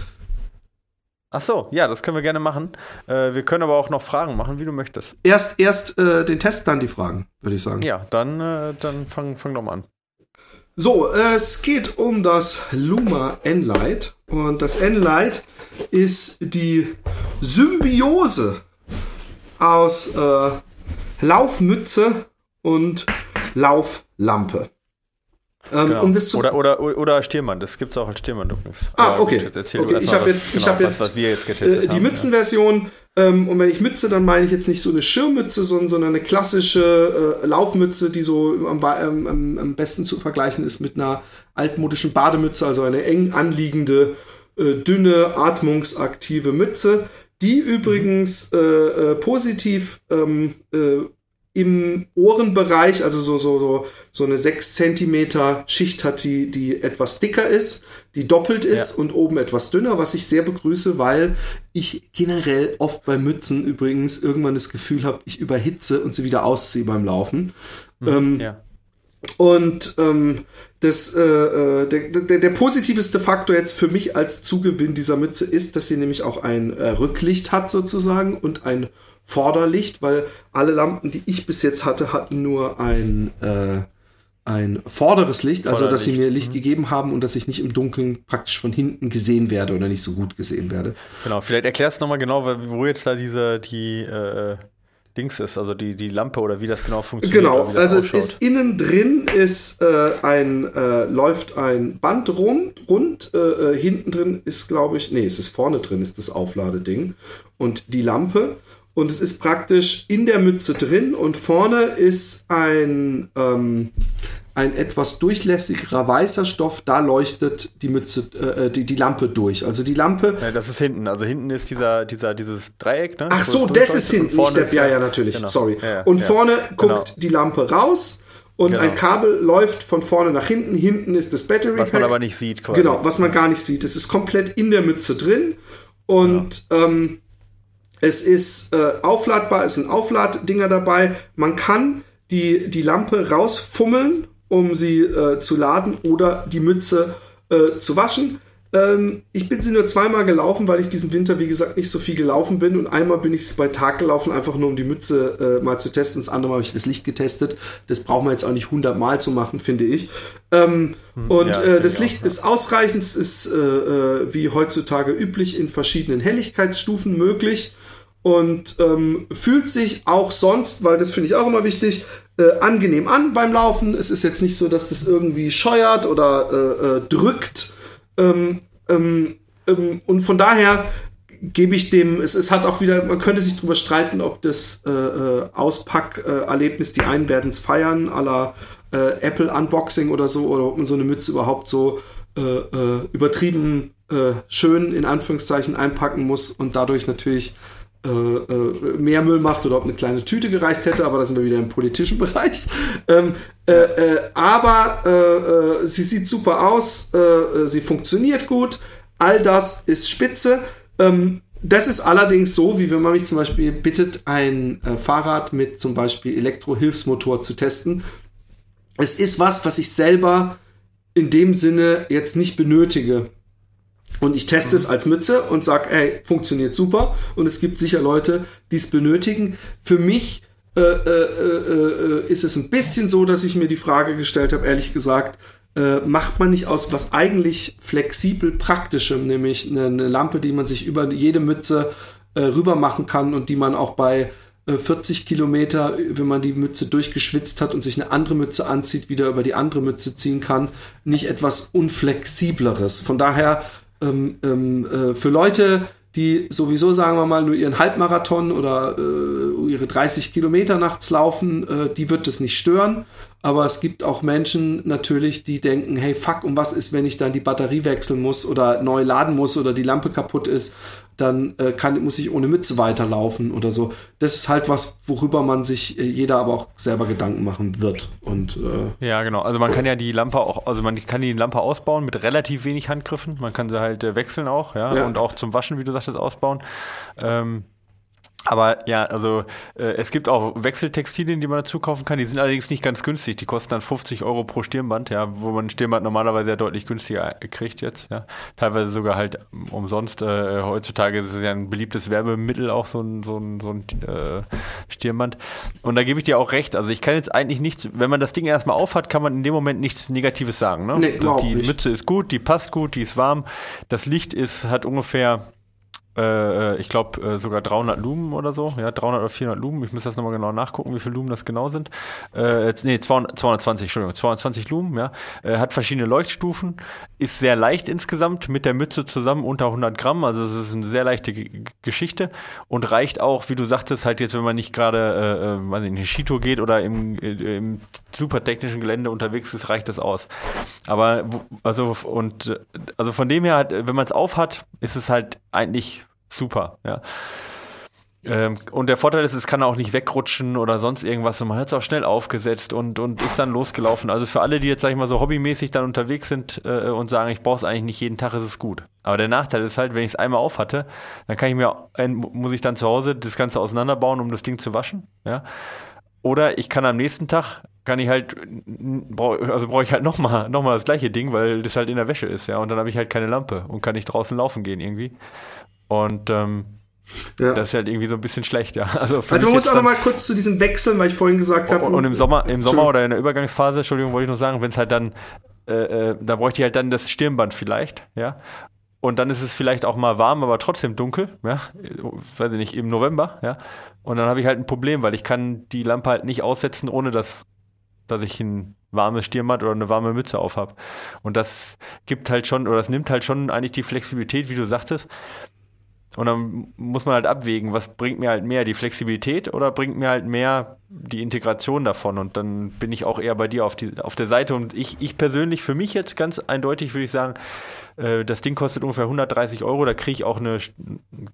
Ach so, ja, das können wir gerne machen. Äh, wir können aber auch noch Fragen machen, wie du möchtest. Erst, erst äh, den Test, dann die Fragen, würde ich sagen. Ja, dann, äh, dann fang, fang doch mal an. So, es geht um das Luma N-Lite. Und das N-Lite ist die Symbiose aus äh, Laufmütze und Lauflampe. Ähm, Genau. um das zu oder, oder, oder Stirnband, das gibt es auch als Stirnband übrigens. Ah, Aber okay. gut, jetzt erzähl du okay. erst Ich mal, habe was- jetzt, ich genau, hab was, jetzt was wir jetzt getestet äh, die haben. Mützenversion. Ähm, und wenn ich Mütze, dann meine ich jetzt nicht so eine Schirmmütze, sondern, sondern eine klassische äh, Laufmütze, die so am, am, am, am besten zu vergleichen ist mit einer altmodischen Bademütze, also eine eng anliegende, äh, dünne, atmungsaktive Mütze, die übrigens äh, äh, positiv ähm, äh, im Ohrenbereich, also so, so, so, so eine sechs Zentimeter Schicht hat, die, die etwas dicker ist, die doppelt ist Ja. und oben etwas dünner, was ich sehr begrüße, weil ich generell oft bei Mützen übrigens irgendwann das Gefühl habe, ich überhitze und sie wieder ausziehe beim Laufen. ähm, Ja. und ähm, das, äh, äh, der, der, der positivste Faktor jetzt für mich als Zugewinn dieser Mütze ist, dass sie nämlich auch ein äh, Rücklicht hat sozusagen und ein Vorderlicht, weil alle Lampen, die ich bis jetzt hatte, hatten nur ein, äh, ein vorderes Licht, also dass sie mir Vorderlicht, Licht mhm. gegeben haben und dass ich nicht im Dunkeln praktisch von hinten gesehen werde oder nicht so gut gesehen werde. Genau, vielleicht erklärst du nochmal genau, wo jetzt da diese, die, äh, Dings ist, also die, die Lampe oder wie das genau funktioniert. Genau, oder wie das also es ausschaut. ist innen drin ist äh, ein äh, läuft ein Band rund, rund äh, hinten drin ist, glaube ich, nee, es ist vorne drin ist das Aufladeding und die Lampe und es ist praktisch in der Mütze drin und vorne ist ein ähm, ein etwas durchlässigerer weißer Stoff, da leuchtet die Mütze, äh, die, die Lampe durch. Also die Lampe. Ja, das ist hinten. Also hinten ist dieser, dieser, dieses Dreieck, ne? Ach so, Wo es das ist durchleuchtet und hinten, nicht vorne der, ist ja, ja, natürlich, genau. sorry. Ja, ja, und ja. vorne Genau. guckt die Lampe raus und Genau. ein Kabel läuft von vorne nach hinten. Hinten ist das Battery Was man Pack. aber nicht sieht, quasi. Genau, was man gar nicht sieht. Es ist komplett in der Mütze drin und ähm, es ist äh, aufladbar, es sind Aufladdinger dabei. Man kann die, die Lampe rausfummeln um sie äh, zu laden oder die Mütze äh, zu waschen. Ähm, ich bin sie nur zweimal gelaufen, weil ich diesen Winter, wie gesagt, nicht so viel gelaufen bin. Und einmal bin ich sie bei Tag gelaufen, einfach nur um die Mütze äh, mal zu testen. Das andere Mal habe ich das Licht getestet. Das braucht man jetzt auch nicht hundert Mal zu machen, finde ich. Ähm, hm, und ja, äh, das Licht auch, ja. ist ausreichend. Es ist äh, äh, wie heutzutage üblich in verschiedenen Helligkeitsstufen möglich. Und ähm, fühlt sich auch sonst, weil das finde ich auch immer wichtig, äh, angenehm an beim Laufen. Es ist jetzt nicht so, dass das irgendwie scheuert oder äh, äh, drückt. Ähm, ähm, ähm, und von daher gebe ich dem, es, es hat auch wieder, man könnte sich drüber streiten, ob das äh, äh, Auspackerlebnis, die einen werden es feiern, à la äh, Apple Unboxing oder so, oder ob man so eine Mütze überhaupt so äh, äh, übertrieben äh, schön in Anführungszeichen einpacken muss und dadurch natürlich äh, äh, mehr Müll macht oder ob eine kleine Tüte gereicht hätte, aber da sind wir wieder im politischen Bereich. Ähm, äh, äh, aber äh, äh, sie sieht super aus, äh, sie funktioniert gut, all das ist spitze. Ähm, das ist allerdings so, wie wenn man mich zum Beispiel bittet, ein äh, Fahrrad mit zum Beispiel Elektrohilfsmotor zu testen. Es ist was, was ich selber in dem Sinne jetzt nicht benötige. Und ich teste es als Mütze und sage, ey, funktioniert super. Und es gibt sicher Leute, die es benötigen. Für mich äh, äh, äh, ist es ein bisschen so, dass ich mir die Frage gestellt habe, ehrlich gesagt, äh, macht man nicht aus was eigentlich flexibel Praktischem, nämlich eine, eine Lampe, die man sich über jede Mütze äh, rüber machen kann und die man auch bei äh, vierzig Kilometer, wenn man die Mütze durchgeschwitzt hat und sich eine andere Mütze anzieht, wieder über die andere Mütze ziehen kann, nicht etwas Unflexibleres. Von daher Ähm, ähm, äh, für Leute, die sowieso, sagen wir mal, nur ihren Halbmarathon oder äh, ihre dreißig Kilometer nachts laufen, äh, die wird das nicht stören. Aber es gibt auch Menschen natürlich, die denken, hey, fuck, und was ist, wenn ich dann die Batterie wechseln muss oder neu laden muss oder die Lampe kaputt ist, dann äh, kann, muss ich ohne Mütze weiterlaufen oder so. Das ist halt was, worüber man sich äh, jeder aber auch selber Gedanken machen wird. Und äh, ja, genau. Also man kann ja die Lampe auch, also man kann die Lampe ausbauen mit relativ wenig Handgriffen. Man kann sie halt äh, wechseln auch, ja? ja, und auch zum Waschen, wie du sagtest, ausbauen. Ähm, Aber ja, also äh, es gibt auch Wechseltextilien, die man dazu kaufen kann. Die sind allerdings nicht ganz günstig. Die kosten dann fünfzig Euro pro Stirnband, ja, wo man ein Stirnband normalerweise ja deutlich günstiger kriegt jetzt. Ja, teilweise sogar halt umsonst. Äh, heutzutage ist es ja ein beliebtes Werbemittel, auch so ein, so ein, so ein äh, Stirnband. Und da gebe ich dir auch recht. Also ich kann jetzt eigentlich nichts, wenn man das Ding erstmal aufhat, kann man in dem Moment nichts Negatives sagen. Ne? Nee, also die nicht. Mütze ist gut, die passt gut, die ist warm. Das Licht ist, hat ungefähr Äh, ich glaube äh, sogar dreihundert Lumen oder so, ja, dreihundert oder vierhundert Lumen, ich muss das nochmal genau nachgucken, wie viele Lumen das genau sind. Äh, jetzt, nee, zweihundert, zweihundertzwanzig, Entschuldigung, zweihundertzwanzig Lumen, ja, äh, hat verschiedene Leuchtstufen, ist sehr leicht insgesamt, mit der Mütze zusammen unter hundert Gramm, also es ist eine sehr leichte G- Geschichte und reicht auch, wie du sagtest, halt jetzt, wenn man nicht gerade, äh, äh, weiß nicht, in eine Skitour geht oder im, äh, im super technischen Gelände unterwegs ist, reicht das aus. Aber, also, und, also von dem her, halt, wenn man es aufhat, ist es halt eigentlich super, ja. Ähm, und der Vorteil ist, es kann auch nicht wegrutschen oder sonst irgendwas. Und man hat es auch schnell aufgesetzt und, und ist dann losgelaufen. Also für alle, die jetzt, sag ich mal, so hobbymäßig dann unterwegs sind äh, und sagen, ich brauche es eigentlich nicht jeden Tag, ist es gut. Aber der Nachteil ist halt, wenn ich es einmal auf hatte, dann kann ich mir, muss ich dann zu Hause das Ganze auseinanderbauen, um das Ding zu waschen, ja. Oder ich kann am nächsten Tag, kann ich halt, also brauche ich halt nochmal noch mal das gleiche Ding, weil das halt in der Wäsche ist, ja. Und dann habe ich halt keine Lampe und kann nicht draußen laufen gehen irgendwie. Und ähm, ja. das ist halt irgendwie so ein bisschen schlecht, ja. Also, also man muss auch noch mal kurz zu diesen Wechseln, weil ich vorhin gesagt habe. Und, und im Sommer, im Sommer oder in der Übergangsphase, Entschuldigung, wollte ich noch sagen, wenn es halt dann, äh, da bräuchte ich halt dann das Stirnband vielleicht, ja. Und dann ist es vielleicht auch mal warm, aber trotzdem dunkel, ja, weiß ich nicht, im November, ja. Und dann habe ich halt ein Problem, weil ich kann die Lampe halt nicht aussetzen, ohne dass, dass ich ein warmes Stirnband oder eine warme Mütze auf habe. Und das gibt halt schon, oder das nimmt halt schon eigentlich die Flexibilität, wie du sagtest. Und dann muss man halt abwägen, was bringt mir halt mehr, die Flexibilität oder bringt mir halt mehr die Integration davon? Und dann bin ich auch eher bei dir auf, die, auf der Seite. Und ich, ich persönlich, für mich jetzt ganz eindeutig würde ich sagen, äh, das Ding kostet ungefähr hundertdreißig Euro, da kriege ich auch eine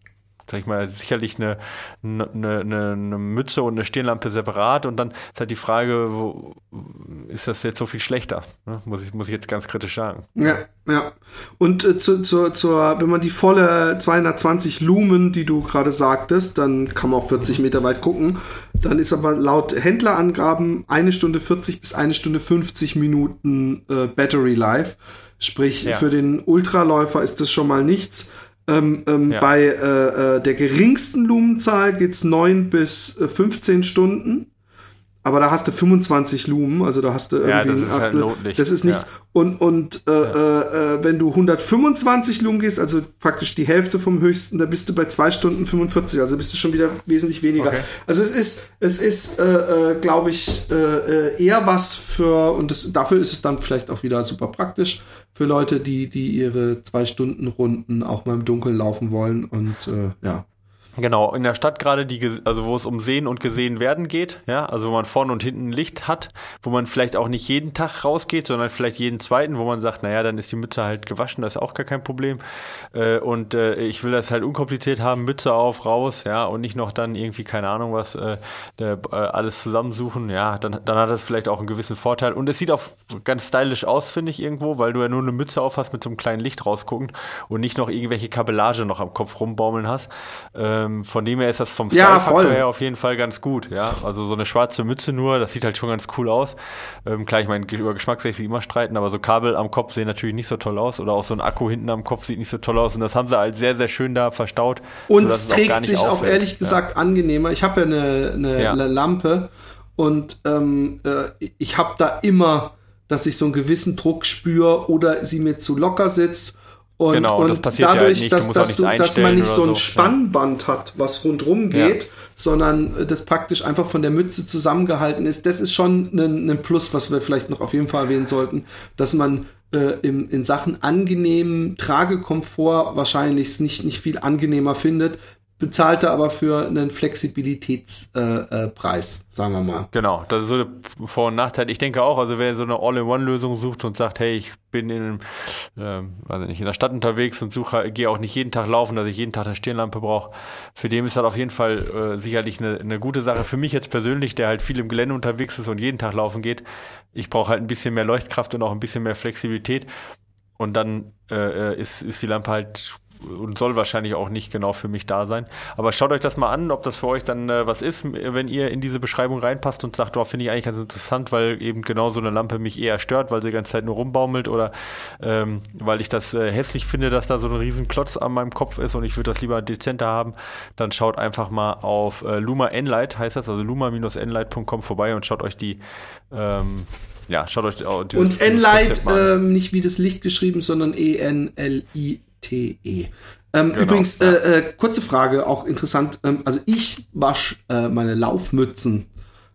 sag ich mal, sicherlich eine, eine, eine, eine Mütze und eine Stirnlampe separat und dann ist halt die Frage, wo ist das jetzt so viel schlechter? Ne? Muss ich, muss ich jetzt ganz kritisch sagen. Ja, ja. Und äh, zu, zu, zur, wenn man die volle zweihundertzwanzig Lumen, die du gerade sagtest, dann kann man auch vierzig Meter weit gucken. Dann ist aber laut Händlerangaben eine Stunde vierzig bis eine Stunde fünfzig Minuten äh, Battery Life. Sprich, ja. für den Ultraläufer ist das schon mal nichts. Ähm, ähm, ja. Bei äh, äh, der geringsten Lumenzahl geht's neun bis fünfzehn Stunden. Aber da hast du fünfundzwanzig Lumen, also da hast du irgendwie ja, das ein ist Achtel. halt Notlicht. Das ist nichts. Ja. Und, und äh, ja. äh, wenn du hundertfünfundzwanzig Lumen gehst, also praktisch die Hälfte vom höchsten, da bist du bei zwei Stunden fünfundvierzig, also bist du schon wieder wesentlich weniger. Okay. Also es ist, es ist, äh, äh, glaube ich, äh, eher was für, und das, dafür ist es dann vielleicht auch wieder super praktisch für Leute, die, die ihre Zwei-Stunden-Runden auch mal im Dunkeln laufen wollen und äh, ja. Genau, in der Stadt gerade, die, also wo es um Sehen und Gesehen werden geht, ja, also wo man vorne und hinten Licht hat, wo man vielleicht auch nicht jeden Tag rausgeht, sondern vielleicht jeden zweiten, wo man sagt, naja, dann ist die Mütze halt gewaschen, das ist auch gar kein Problem. Äh, und äh, ich will das halt unkompliziert haben, Mütze auf, raus, ja, und nicht noch dann irgendwie, keine Ahnung was, äh, der, äh, alles zusammensuchen, ja, dann, dann hat das vielleicht auch einen gewissen Vorteil. Und es sieht auch ganz stylisch aus, finde ich, irgendwo, weil du ja nur eine Mütze auf hast mit so einem kleinen Licht rausgucken und nicht noch irgendwelche Kabellage noch am Kopf rumbaumeln hast. Ähm, Von dem her ist das vom Style-Faktor ja, her auf jeden Fall ganz gut. Ja? Also so eine schwarze Mütze nur, das sieht halt schon ganz cool aus. Ähm, klar, ich meine, über Geschmacksrechte immer streiten, aber so Kabel am Kopf sehen natürlich nicht so toll aus. Oder auch so ein Akku hinten am Kopf sieht nicht so toll aus. Und das haben sie halt sehr, sehr schön da verstaut. Und es trägt auch sich auffällt. Auch ehrlich gesagt ja. angenehmer. Ich habe ja eine, eine ja. Lampe und ähm, äh, ich habe da immer, dass ich so einen gewissen Druck spüre oder sie mir zu locker sitzt. Und, genau, und das passiert dadurch, ja halt nicht. dass, dass, du, dass man nicht so ein so. Spannband ja. hat, was rundrum geht, ja. sondern das praktisch einfach von der Mütze zusammengehalten ist, das ist schon ein, ein Plus, was wir vielleicht noch auf jeden Fall erwähnen sollten, dass man äh, in, in Sachen angenehmen Tragekomfort wahrscheinlich nicht, nicht viel angenehmer findet, bezahlte aber für einen Flexibilitätspreis, äh, äh, Preis, sagen wir mal. Genau, das ist so der Vor- und Nachteil. Ich denke auch, also wer so eine All-in-One-Lösung sucht und sagt, hey, ich bin in, äh, weiß nicht, in der Stadt unterwegs und suche, gehe auch nicht jeden Tag laufen, dass ich jeden Tag eine Stirnlampe brauche, für den ist das auf jeden Fall äh, sicherlich eine, eine gute Sache. Für mich jetzt persönlich, der halt viel im Gelände unterwegs ist und jeden Tag laufen geht, ich brauche halt ein bisschen mehr Leuchtkraft und auch ein bisschen mehr Flexibilität und dann äh, ist, ist die Lampe halt und soll wahrscheinlich auch nicht genau für mich da sein. Aber schaut euch das mal an, ob das für euch dann äh, was ist, wenn ihr in diese Beschreibung reinpasst und sagt, oh, finde ich eigentlich ganz interessant, weil eben genau so eine Lampe mich eher stört, weil sie die ganze Zeit nur rumbaumelt oder ähm, weil ich das äh, hässlich finde, dass da so ein riesen Klotz an meinem Kopf ist und ich würde das lieber dezenter haben, dann schaut einfach mal auf äh, Luma Enlight, heißt das, also luma Bindestrich enlight Punkt com vorbei und schaut euch die ähm, ja, schaut euch auch dieses, und Enlight, ähm, nicht wie das Licht geschrieben, sondern E N L I T E. Ähm, genau, übrigens, ja. äh, äh, kurze Frage, auch interessant. Ähm, also ich wasche äh, meine Laufmützen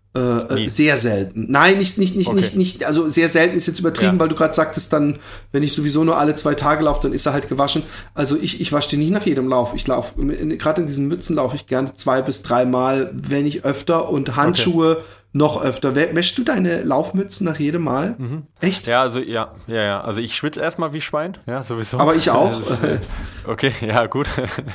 äh, sehr selten. Nein, nicht, nicht, nicht, okay. nicht, nicht, also sehr selten ist jetzt übertrieben, ja. weil du gerade sagtest, dann, wenn ich sowieso nur alle zwei Tage laufe, dann ist er halt gewaschen. Also ich, ich wasche die nicht nach jedem Lauf. Ich laufe, gerade in diesen Mützen laufe ich gerne zwei bis dreimal, wenn nicht öfter, und Handschuhe okay. noch öfter. Wäschst du deine Laufmützen nach jedem Mal? Mhm. Echt? Ja, also ja, ja, ja. Also ich schwitze erstmal wie Schwein, ja, sowieso. Aber ich auch. Ist, äh, okay, ja, gut.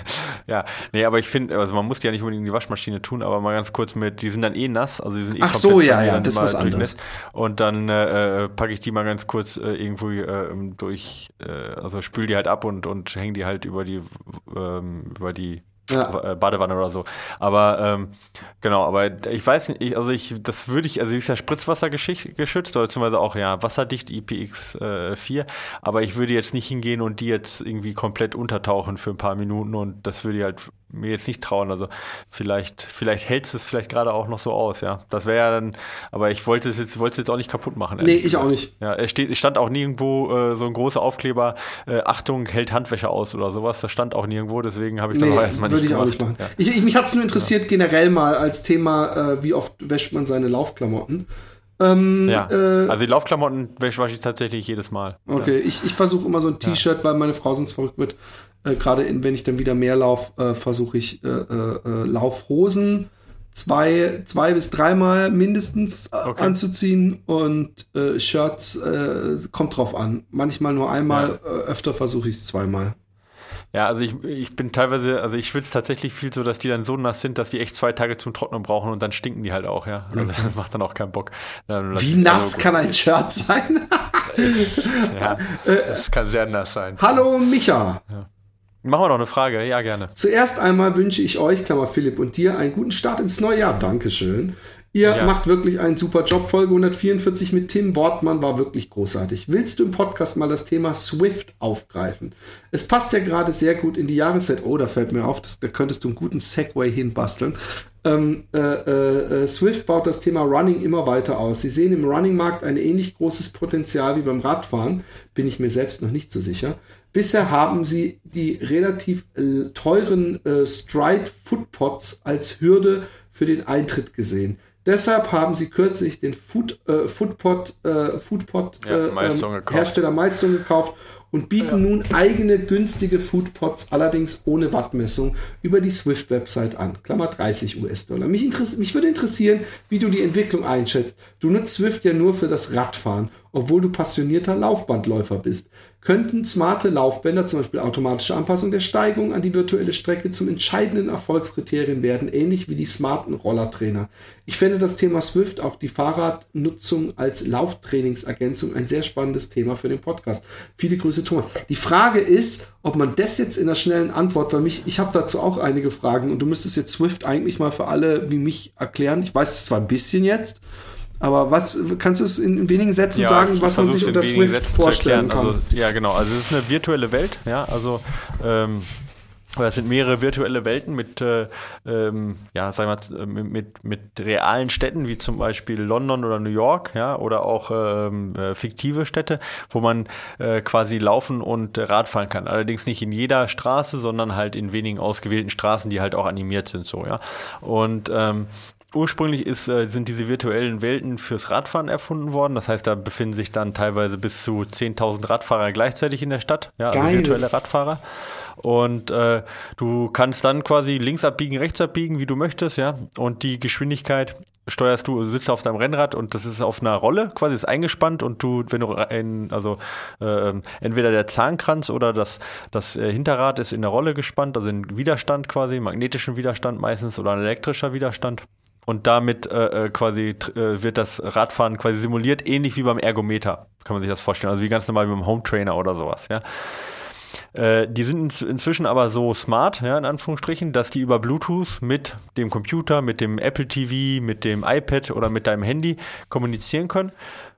ja, nee, aber ich finde, also man muss die ja nicht unbedingt in die Waschmaschine tun, aber mal ganz kurz mit, die sind dann eh nass, also die sind eh Ach so, ja, ja, das ist was anderes. Und dann äh, packe ich die mal ganz kurz äh, irgendwo äh, durch, äh, also spül die halt ab und, und hänge die halt über die, ähm, über die Ja. Badewanne oder so. Aber ähm, genau, aber ich weiß nicht, ich, also ich, das würde ich, also die ist ja Spritzwasser geschützt, oder beziehungsweise auch ja wasserdicht I P X vier, aber ich würde jetzt nicht hingehen und die jetzt irgendwie komplett untertauchen für ein paar Minuten und das würde ich halt mir jetzt nicht trauen. Also vielleicht, vielleicht hält es vielleicht gerade auch noch so aus, ja. Das wäre ja dann, aber ich wollte es jetzt, wollte es jetzt auch nicht kaputt machen. Nee, ich gesagt. auch nicht. Ja, es steht, es stand auch nirgendwo äh, so ein großer Aufkleber, äh, Achtung, hält Handwäsche aus oder sowas. Das stand auch nirgendwo, deswegen habe ich nee, dann auch erstmal nicht gemacht. Würde ich auch nicht machen. Ja. Ich, ich, mich hat es nur interessiert ja. generell mal als Thema, äh, wie oft wäscht man seine Laufklamotten. Ähm, ja, äh, also die Laufklamotten wasche ich tatsächlich jedes Mal. Okay, ja. ich, ich versuche immer so ein T-Shirt, ja. weil meine Frau sonst verrückt wird. Äh, Gerade wenn ich dann wieder mehr laufe, äh, versuche ich äh, äh, Laufhosen zwei, zwei bis dreimal mindestens äh, okay. anzuziehen und äh, Shirts äh, kommt drauf an. Manchmal nur einmal, ja. äh, öfter versuche ich es zweimal. Ja, also ich, ich bin teilweise, also ich schwitze tatsächlich viel so, dass die dann so nass sind, dass die echt zwei Tage zum Trocknen brauchen und dann stinken die halt auch, ja. Also das macht dann auch keinen Bock. Dann, Wie nass also, kann ein Shirt sein? Ja, es kann sehr nass sein. Hallo Micha. Ja. Machen wir noch eine Frage, ja gerne. Zuerst einmal wünsche ich euch, Klammer Philipp und dir, einen guten Start ins neue Jahr. Dankeschön. Ihr ja. macht wirklich einen super Job. Folge hundertvierundvierzig mit Tim Wortmann war wirklich großartig. Willst du im Podcast mal das Thema Swift aufgreifen? Es passt ja gerade sehr gut in die Jahreszeit. Oh, da fällt mir auf, das, da könntest du einen guten Segway hinbasteln. Ähm, äh, äh, Swift baut das Thema Running immer weiter aus. Sie sehen im Running-Markt ein ähnlich großes Potenzial wie beim Radfahren. Bin ich mir selbst noch nicht so sicher. Bisher haben sie die relativ äh, teuren äh, Stride-Footpods als Hürde für den Eintritt gesehen. Deshalb haben sie kürzlich den Food, äh, Foodpod, äh, Foodpod ja, äh, Milestone Hersteller Milestone gekauft und bieten ja. nun eigene günstige Foodpods, allerdings ohne Wattmessung, über die Swift-Website an. Klammer dreißig US-Dollar. Mich, interess- mich würde interessieren, wie du die Entwicklung einschätzt. Du nutzt Swift ja nur für das Radfahren, obwohl du passionierter Laufbandläufer bist. Könnten smarte Laufbänder, zum Beispiel automatische Anpassung der Steigung an die virtuelle Strecke, zum entscheidenden Erfolgskriterien werden, ähnlich wie die smarten Rollertrainer. Ich fände das Thema Swift, auch die Fahrradnutzung als Lauftrainingsergänzung, ein sehr spannendes Thema für den Podcast. Viele Grüße, Thomas. Die Frage ist, ob man das jetzt in einer schnellen Antwort, weil mich, ich habe dazu auch einige Fragen und du müsstest jetzt Swift eigentlich mal für alle wie mich erklären. Ich weiß es zwar ein bisschen jetzt, aber was kannst du es in, in wenigen Sätzen ja, sagen, was man sich unter Swift Sätzen vorstellen kann? Also, ja, genau. Also es ist eine virtuelle Welt. Ja, also ähm, es sind mehrere virtuelle Welten mit, äh, ähm, ja, sagen wir mal, mit, mit realen Städten wie zum Beispiel London oder New York, ja, oder auch ähm, äh, fiktive Städte, wo man äh, quasi laufen und äh, Radfahren kann. Allerdings nicht in jeder Straße, sondern halt in wenigen ausgewählten Straßen, die halt auch animiert sind, so, ja. Und ähm, Ursprünglich ist, äh, sind diese virtuellen Welten fürs Radfahren erfunden worden. Das heißt, da befinden sich dann teilweise bis zu zehntausend Radfahrer gleichzeitig in der Stadt. Ja, also virtuelle Radfahrer. Und äh, du kannst dann quasi links abbiegen, rechts abbiegen, wie du möchtest, ja. Und die Geschwindigkeit steuerst du, du sitzt auf deinem Rennrad und das ist auf einer Rolle, quasi ist eingespannt und du, wenn du in, also äh, entweder der Zahnkranz oder das, das äh, Hinterrad ist in der Rolle gespannt, also in Widerstand quasi, magnetischen Widerstand meistens oder ein elektrischer Widerstand. Und damit äh, quasi äh, wird das Radfahren quasi simuliert, ähnlich wie beim Ergometer, kann man sich das vorstellen. Also wie ganz normal wie beim Home Trainer oder sowas, ja. Äh, die sind inzwischen aber so smart, ja, in Anführungsstrichen, dass die über Bluetooth mit dem Computer, mit dem Apple T V, mit dem iPad oder mit deinem Handy kommunizieren können.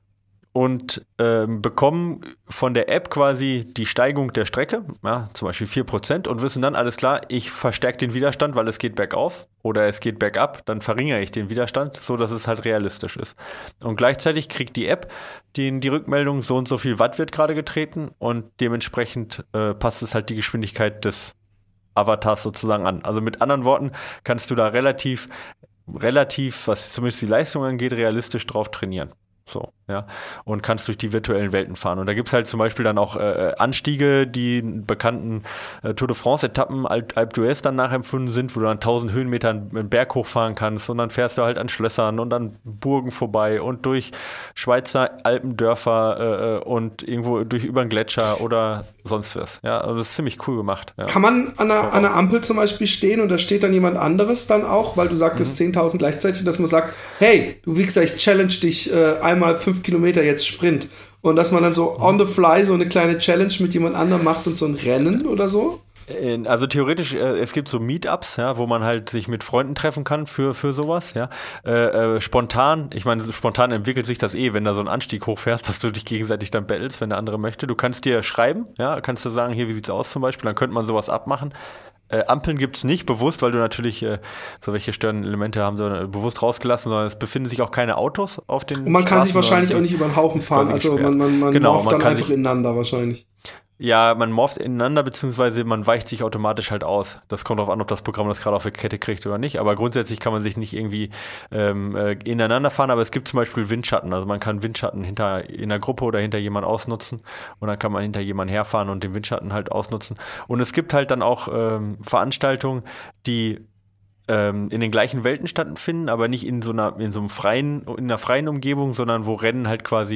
Und ähm, bekommen von der App quasi die Steigung der Strecke, ja, zum Beispiel vier Prozent, und wissen dann, alles klar, ich verstärke den Widerstand, weil es geht bergauf oder es geht bergab, dann verringere ich den Widerstand, so dass es halt realistisch ist. Und gleichzeitig kriegt die App die, die Rückmeldung, so und so viel Watt wird gerade getreten und dementsprechend äh, passt es halt die Geschwindigkeit des Avatars sozusagen an. Also mit anderen Worten kannst du da relativ, relativ, was zumindest die Leistung angeht, realistisch drauf trainieren. So, ja, und kannst durch die virtuellen Welten fahren. Und da gibt es halt zum Beispiel dann auch äh, Anstiege, die bekannten äh, Tour de France-Etappen, Alpe d'Huez dann nachempfunden sind, wo du dann tausend Höhenmeter einen Berg hochfahren kannst und dann fährst du halt an Schlössern und an Burgen vorbei und durch Schweizer Alpendörfer äh, und irgendwo durch über einen Gletscher oder sonst was. Ja, also das ist ziemlich cool gemacht. Ja. Kann man an einer, an einer Ampel zum Beispiel stehen und da steht dann jemand anderes dann auch, weil du sagtest mhm. zehntausend gleichzeitig, dass man sagt, hey, du Wichser, ich challenge dich äh, einmal fünf Kilometer jetzt Sprint. Und dass man dann so on the fly so eine kleine Challenge mit jemand anderem macht und so ein Rennen oder so? Also theoretisch, äh, es gibt so Meetups, ja, wo man halt sich mit Freunden treffen kann für, für sowas, ja. Äh, äh, spontan, ich meine, spontan entwickelt sich das eh, wenn da so ein Anstieg hochfährst, dass du dich gegenseitig dann battlest, wenn der andere möchte. Du kannst dir schreiben, ja, kannst du sagen, hier, wie sieht's aus zum Beispiel, dann könnte man sowas abmachen. Äh, Ampeln gibt es nicht bewusst, weil du natürlich äh, so welche störenden Elemente haben sie äh, bewusst rausgelassen, sondern es befinden sich auch keine Autos auf den Und man kann sich wahrscheinlich auch nicht über den Haufen fahren, also man, man, man genau, morpht man dann einfach ineinander wahrscheinlich. Ja, man morpht ineinander, beziehungsweise man weicht sich automatisch halt aus. Das kommt darauf an, ob das Programm das gerade auf die Kette kriegt oder nicht. Aber grundsätzlich kann man sich nicht irgendwie ähm, äh, ineinander fahren. Aber es gibt zum Beispiel Windschatten. Also man kann Windschatten hinter in der Gruppe oder hinter jemand ausnutzen. Und dann kann man hinter jemanden herfahren und den Windschatten halt ausnutzen. Und es gibt halt dann auch ähm, Veranstaltungen, die ähm, in den gleichen Welten stattfinden, aber nicht in so einer, in so einem freien, in einer freien Umgebung, sondern wo Rennen halt quasi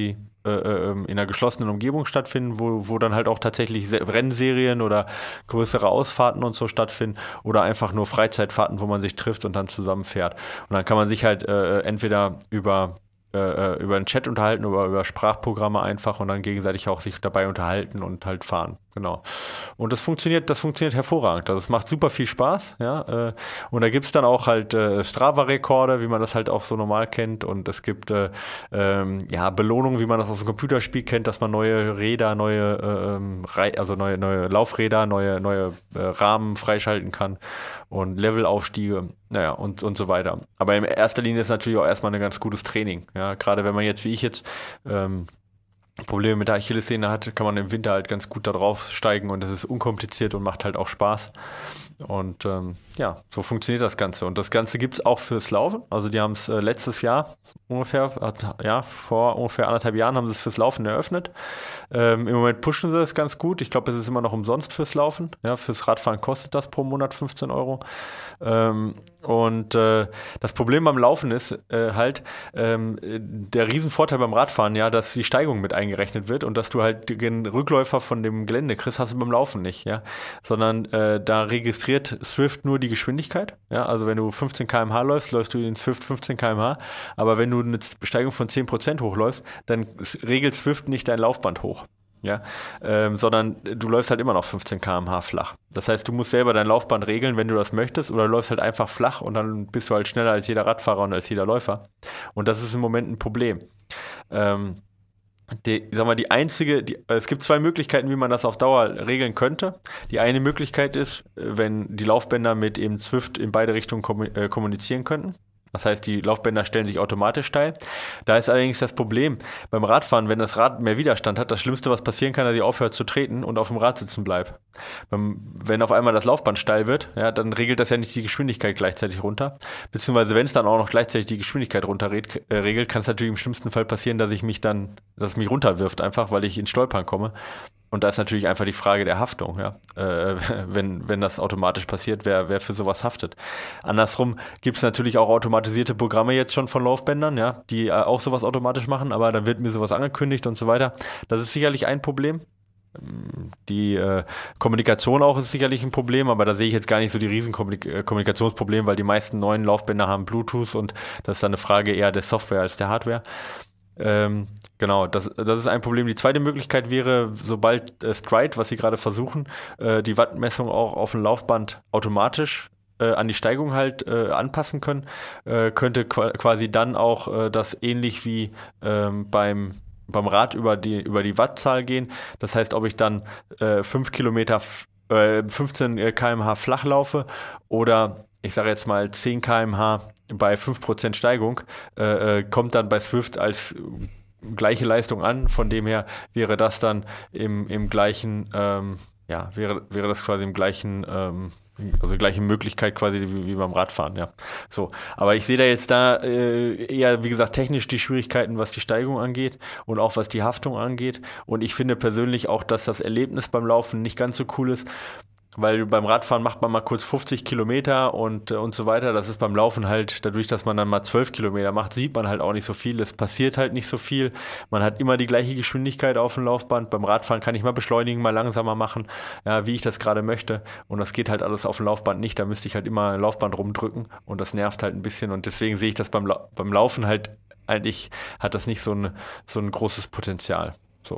äh, in einer geschlossenen Umgebung stattfinden, wo, wo dann halt auch tatsächlich Rennserien oder größere Ausfahrten und so stattfinden oder einfach nur Freizeitfahrten, wo man sich trifft und dann zusammen fährt. Und dann kann man sich halt äh, entweder über äh, über den Chat unterhalten oder über Sprachprogramme einfach und dann gegenseitig auch sich dabei unterhalten und halt fahren. Genau. Und das funktioniert, das funktioniert hervorragend. Also es macht super viel Spaß, ja. Äh, und da gibt es dann auch halt äh, Strava-Rekorde, wie man das halt auch so normal kennt. Und es gibt äh, ähm, ja, Belohnungen, wie man das aus dem Computerspiel kennt, dass man neue Räder, neue, ähm, Rei- also neue, neue Laufräder, neue, neue äh, Rahmen freischalten kann und Levelaufstiege, naja, und, und so weiter. Aber in erster Linie ist natürlich auch erstmal ein ganz gutes Training. Ja, gerade wenn man jetzt, wie ich jetzt, ähm, Probleme mit der Achillessehne hat, kann man im Winter halt ganz gut da drauf steigen und das ist unkompliziert und macht halt auch Spaß. Und ähm, ja, so funktioniert das Ganze. Und das Ganze gibt es auch fürs Laufen. Also die haben es äh, letztes Jahr ungefähr, ja, vor ungefähr anderthalb Jahren haben sie es fürs Laufen eröffnet. Ähm, Im Moment pushen sie das ganz gut. Ich glaube, es ist immer noch umsonst fürs Laufen. Ja, fürs Radfahren kostet das pro Monat fünfzehn Euro. Ähm, und äh, das Problem beim Laufen ist äh, halt ähm, der Riesenvorteil beim Radfahren, ja, dass die Steigung mit eingerechnet wird und dass du halt den Rückläufer von dem Gelände kriegst, hast du beim Laufen nicht, ja, sondern äh, da registriert Zwift nur die Geschwindigkeit, ja, also wenn du fünfzehn Kilometer pro Stunde läufst, läufst du in Zwift fünfzehn Kilometer pro Stunde, aber wenn du eine Steigung von zehn Prozent hochläufst, dann regelt Zwift nicht dein Laufband hoch. Ja, ähm, sondern du läufst halt immer noch fünfzehn Kilometer pro Stunde flach. Das heißt, du musst selber dein Laufband regeln, wenn du das möchtest, oder du läufst halt einfach flach und dann bist du halt schneller als jeder Radfahrer und als jeder Läufer. Und das ist im Moment ein Problem. Ähm, die, sag mal, die einzige, die, es gibt zwei Möglichkeiten, wie man das auf Dauer regeln könnte. Die eine Möglichkeit ist, wenn die Laufbänder mit eben Zwift in beide Richtungen kommunizieren könnten. Das heißt, die Laufbänder stellen sich automatisch steil. Da ist allerdings das Problem beim Radfahren, wenn das Rad mehr Widerstand hat, das Schlimmste, was passieren kann, dass ich aufhört zu treten und auf dem Rad sitzen bleibe. Wenn auf einmal das Laufband steil wird, ja, dann regelt das ja nicht die Geschwindigkeit gleichzeitig runter. Beziehungsweise wenn es dann auch noch gleichzeitig die Geschwindigkeit runter äh, regelt, kann es natürlich im schlimmsten Fall passieren, dass ich mich dann, dass es mich runterwirft, einfach weil ich ins Stolpern komme. Und da ist natürlich einfach die Frage der Haftung, ja. Äh, wenn, wenn das automatisch passiert, wer, wer für sowas haftet. Andersrum gibt es natürlich auch automatisierte Programme jetzt schon von Laufbändern, ja, die äh, auch sowas automatisch machen, aber dann wird mir sowas angekündigt und so weiter. Das ist sicherlich ein Problem. Die äh, Kommunikation auch ist sicherlich ein Problem, aber da sehe ich jetzt gar nicht so die riesen Kommunikationsprobleme, weil die meisten neuen Laufbänder haben Bluetooth und das ist dann eine Frage eher der Software als der Hardware. Ähm, genau, das, das ist ein Problem. Die zweite Möglichkeit wäre, sobald äh, Stride, was sie gerade versuchen, äh, die Wattmessung auch auf dem Laufband automatisch äh, an die Steigung halt äh, anpassen können, äh, könnte qu- quasi dann auch äh, das ähnlich wie ähm, beim beim Rad über die über die Wattzahl gehen. Das heißt, ob ich dann äh, fünf Kilometer, f- äh, fünfzehn Kilometer pro Stunde flach laufe oder ich sage jetzt mal zehn Kilometer pro Stunde bei fünf Prozent Steigung, äh, kommt dann bei Zwift als gleiche Leistung an. Von dem her wäre das dann im, im gleichen, ähm, ja, wäre, wäre das quasi im gleichen, ähm, also die gleiche Möglichkeit quasi wie, wie beim Radfahren, ja. So, aber ich sehe da jetzt da äh, eher, wie gesagt, technisch die Schwierigkeiten, was die Steigung angeht und auch was die Haftung angeht. Und ich finde persönlich auch, dass das Erlebnis beim Laufen nicht ganz so cool ist. Weil beim Radfahren macht man mal kurz fünfzig Kilometer und, und so weiter. Das ist beim Laufen halt, dadurch, dass man dann mal zwölf Kilometer macht, sieht man halt auch nicht so viel. Es passiert halt nicht so viel. Man hat immer die gleiche Geschwindigkeit auf dem Laufband. Beim Radfahren kann ich mal beschleunigen, mal langsamer machen, ja, wie ich das gerade möchte. Und das geht halt alles auf dem Laufband nicht. Da müsste ich halt immer ein Laufband rumdrücken und das nervt halt ein bisschen. Und deswegen sehe ich das beim, La- beim Laufen halt eigentlich, hat das nicht so ein, so ein großes Potenzial. So.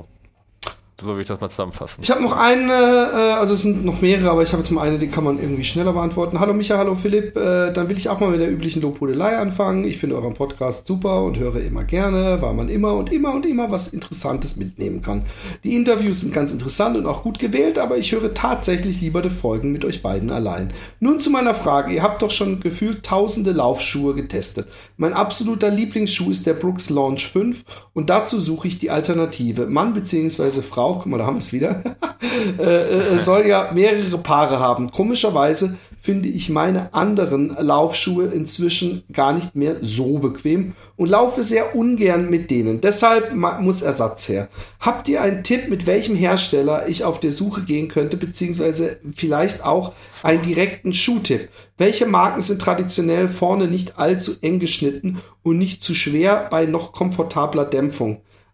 So will ich das mal zusammenfassen. Ich habe noch eine, äh, also es sind noch mehrere, aber ich habe jetzt mal eine, die kann man irgendwie schneller beantworten. Hallo Micha, hallo Philipp, äh, dann will ich auch mal mit der üblichen Lobhudelei anfangen. Ich finde euren Podcast super und höre immer gerne, weil man immer und immer und immer was Interessantes mitnehmen kann. Die Interviews sind ganz interessant und auch gut gewählt, aber ich höre tatsächlich lieber die Folgen mit euch beiden allein. Nun zu meiner Frage, ihr habt doch schon gefühlt tausende Laufschuhe getestet. Mein absoluter Lieblingsschuh ist der Brooks Launch fünf und dazu suche ich die Alternative. Mann bzw. Frau, guck mal, da haben wir es wieder, äh, äh, soll ja mehrere Paare haben. Komischerweise finde ich meine anderen Laufschuhe inzwischen gar nicht mehr so bequem und laufe sehr ungern mit denen. Deshalb muss Ersatz her. Habt ihr einen Tipp, mit welchem Hersteller ich auf der Suche gehen könnte, beziehungsweise vielleicht auch einen direkten Schuhtipp? Welche Marken sind traditionell vorne nicht allzu eng geschnitten und nicht zu schwer bei noch komfortabler Dämpfung?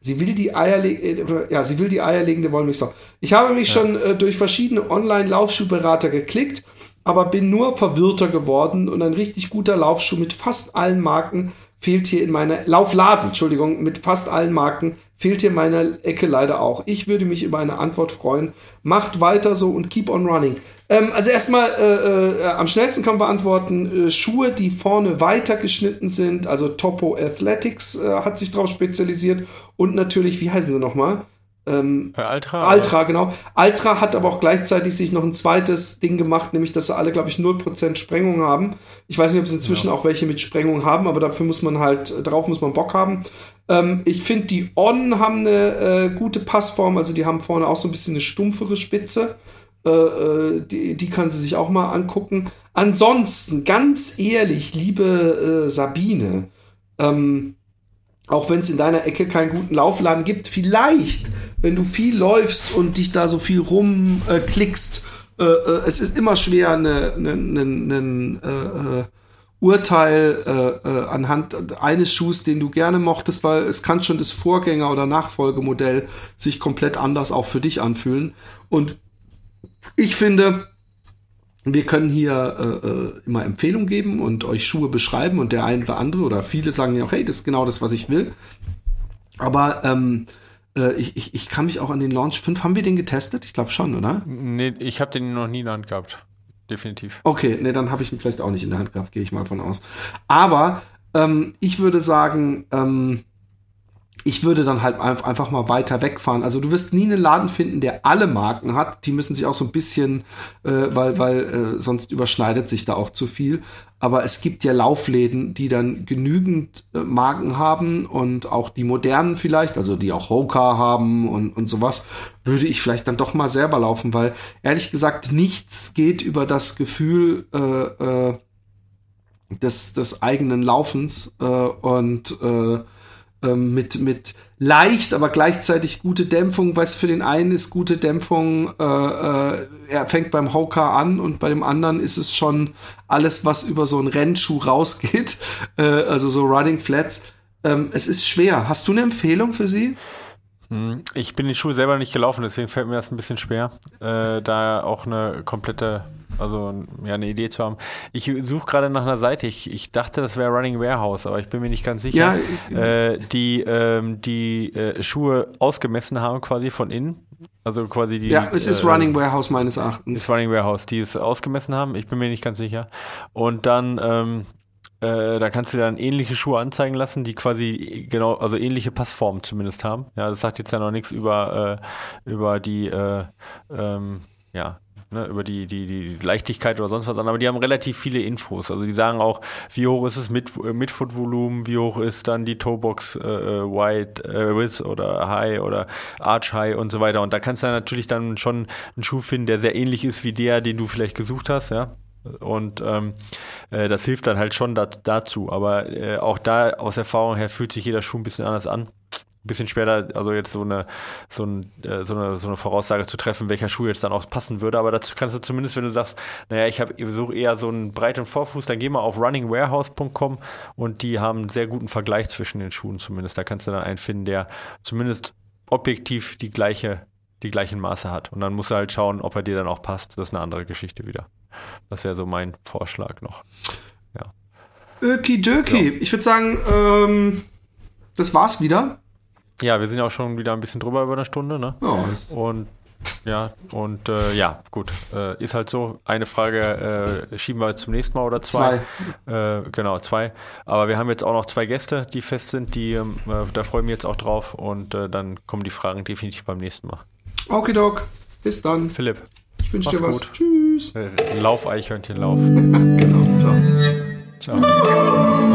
Sie will die eierlegende, ja, sie will die eierlegende Wollmilchsau. Ich habe mich ja. schon äh, durch verschiedene Online-Laufschuhberater geklickt, aber bin nur verwirrter geworden und ein richtig guter Laufschuh mit fast allen Marken fehlt hier in meiner, Laufladen, Entschuldigung, mit fast allen Marken fehlt hier in meiner Ecke leider auch. Ich würde mich über eine Antwort freuen. Macht weiter so und keep on running. Ähm, also erstmal, äh, äh, am schnellsten kann man beantworten, äh, Schuhe, die vorne weiter geschnitten sind, also Topo Athletics äh, hat sich darauf spezialisiert und natürlich, wie heißen sie nochmal? Ähm, Altra. Altra, genau. Altra hat aber auch gleichzeitig sich noch ein zweites Ding gemacht, nämlich, dass sie alle, glaube ich, null Prozent Sprengung haben. Ich weiß nicht, ob sie inzwischen ja. auch welche mit Sprengung haben, aber dafür muss man halt, darauf muss man Bock haben. Ähm, ich finde, die On haben eine äh, gute Passform, also die haben vorne auch so ein bisschen eine stumpfere Spitze. Äh, äh, die, die kann sie sich auch mal angucken. Ansonsten, ganz ehrlich, liebe äh, Sabine, ähm, auch wenn es in deiner Ecke keinen guten Laufladen gibt, vielleicht, wenn du viel läufst und dich da so viel rumklickst, äh, äh, es ist immer schwer, eine, eine, eine, eine äh, Urteil äh, äh, anhand eines Schuhs, den du gerne mochtest, weil es kann schon das Vorgänger- oder Nachfolgemodell sich komplett anders auch für dich anfühlen. Und ich finde, wir können hier äh, immer Empfehlungen geben und euch Schuhe beschreiben und der ein oder andere oder viele sagen ja auch, hey, das ist genau das, was ich will. Aber ähm, äh, ich, ich, ich kann mich auch an den Launch fünf, haben wir den getestet? Ich glaube schon, oder? Nee, ich habe den noch nie in der Hand gehabt. Definitiv. Okay, nee, dann habe ich ihn vielleicht auch nicht in der Hand gehabt, gehe ich mal von aus. Aber ähm, ich würde sagen, ähm, ich würde dann halt einfach mal weiter wegfahren. Also du wirst nie einen Laden finden, der alle Marken hat. Die müssen sich auch so ein bisschen, äh, weil, weil äh, sonst überschneidet sich da auch zu viel. Aber es gibt ja Laufläden, die dann genügend äh, Marken haben und auch die modernen vielleicht, also die auch Hoka haben und, und sowas, würde ich vielleicht dann doch mal selber laufen, weil ehrlich gesagt nichts geht über das Gefühl äh, äh, des, des eigenen Laufens äh, und äh, mit mit leicht, aber gleichzeitig gute Dämpfung. Weißt du, für den einen ist gute Dämpfung, äh, äh, er fängt beim Hoka an und bei dem anderen ist es schon alles, was über so einen Rennschuh rausgeht, äh, also so Running Flats. Ähm, es ist schwer. Hast du eine Empfehlung für sie? Ich bin die Schuhe selber nicht gelaufen, deswegen fällt mir das ein bisschen schwer, äh, da auch eine komplette, also ja, eine Idee zu haben. Ich suche gerade nach einer Seite, ich, ich dachte, das wäre Running Warehouse, aber ich bin mir nicht ganz sicher, ja, äh, die ähm, die äh, Schuhe ausgemessen haben quasi von innen. Also quasi die. Ja, es ist äh, Running Warehouse meines Erachtens. Ist Running Warehouse, die es ausgemessen haben, ich bin mir nicht ganz sicher. Und dann ähm, Äh, da kannst du dann ähnliche Schuhe anzeigen lassen, die quasi genau, also ähnliche Passformen zumindest haben. Ja, das sagt jetzt ja noch nichts über, äh, über die, äh, ähm, ja, ne, über die, die, die Leichtigkeit oder sonst was an, aber die haben relativ viele Infos. Also die sagen auch, wie hoch ist es mit, mit Footvolumen, wie hoch ist dann die Toebox äh, Wide, äh, Width oder High oder Arch High und so weiter. Und da kannst du dann natürlich dann schon einen Schuh finden, der sehr ähnlich ist wie der, den du vielleicht gesucht hast, ja. Und ähm, äh, das hilft dann halt schon dat, dazu. Aber äh, auch da aus Erfahrung her fühlt sich jeder Schuh ein bisschen anders an. Ein bisschen schwerer, also jetzt so eine, so, ein, äh, so, eine, so eine Voraussage zu treffen, welcher Schuh jetzt dann auch passen würde. Aber dazu kannst du zumindest, wenn du sagst, naja, ich habe suche eher so einen breiten Vorfuß, dann geh mal auf running warehouse punkt com und die haben einen sehr guten Vergleich zwischen den Schuhen zumindest. Da kannst du dann einen finden, der zumindest objektiv die gleiche, die gleichen Maße hat. Und dann musst du halt schauen, ob er dir dann auch passt. Das ist eine andere Geschichte wieder. Das wäre so mein Vorschlag noch. Ja. Öki-Döki. Ja. Ich würde sagen, ähm, das war's wieder. Ja, wir sind ja auch schon wieder ein bisschen drüber über eine Stunde, ne? Oh, und ja, und äh, ja, gut. Äh, ist halt so. Eine Frage äh, schieben wir jetzt zum nächsten Mal oder zwei. Zwei. Äh, genau, zwei. Aber wir haben jetzt auch noch zwei Gäste, die fest sind, die äh, da freue ich mich jetzt auch drauf und äh, dann kommen die Fragen definitiv beim nächsten Mal. Okidok. Bis dann. Philipp. Ich wünsche dir was. Gut. Tschüss. Lauf, Eichhörnchen, lauf. Genau. Ciao. Ciao.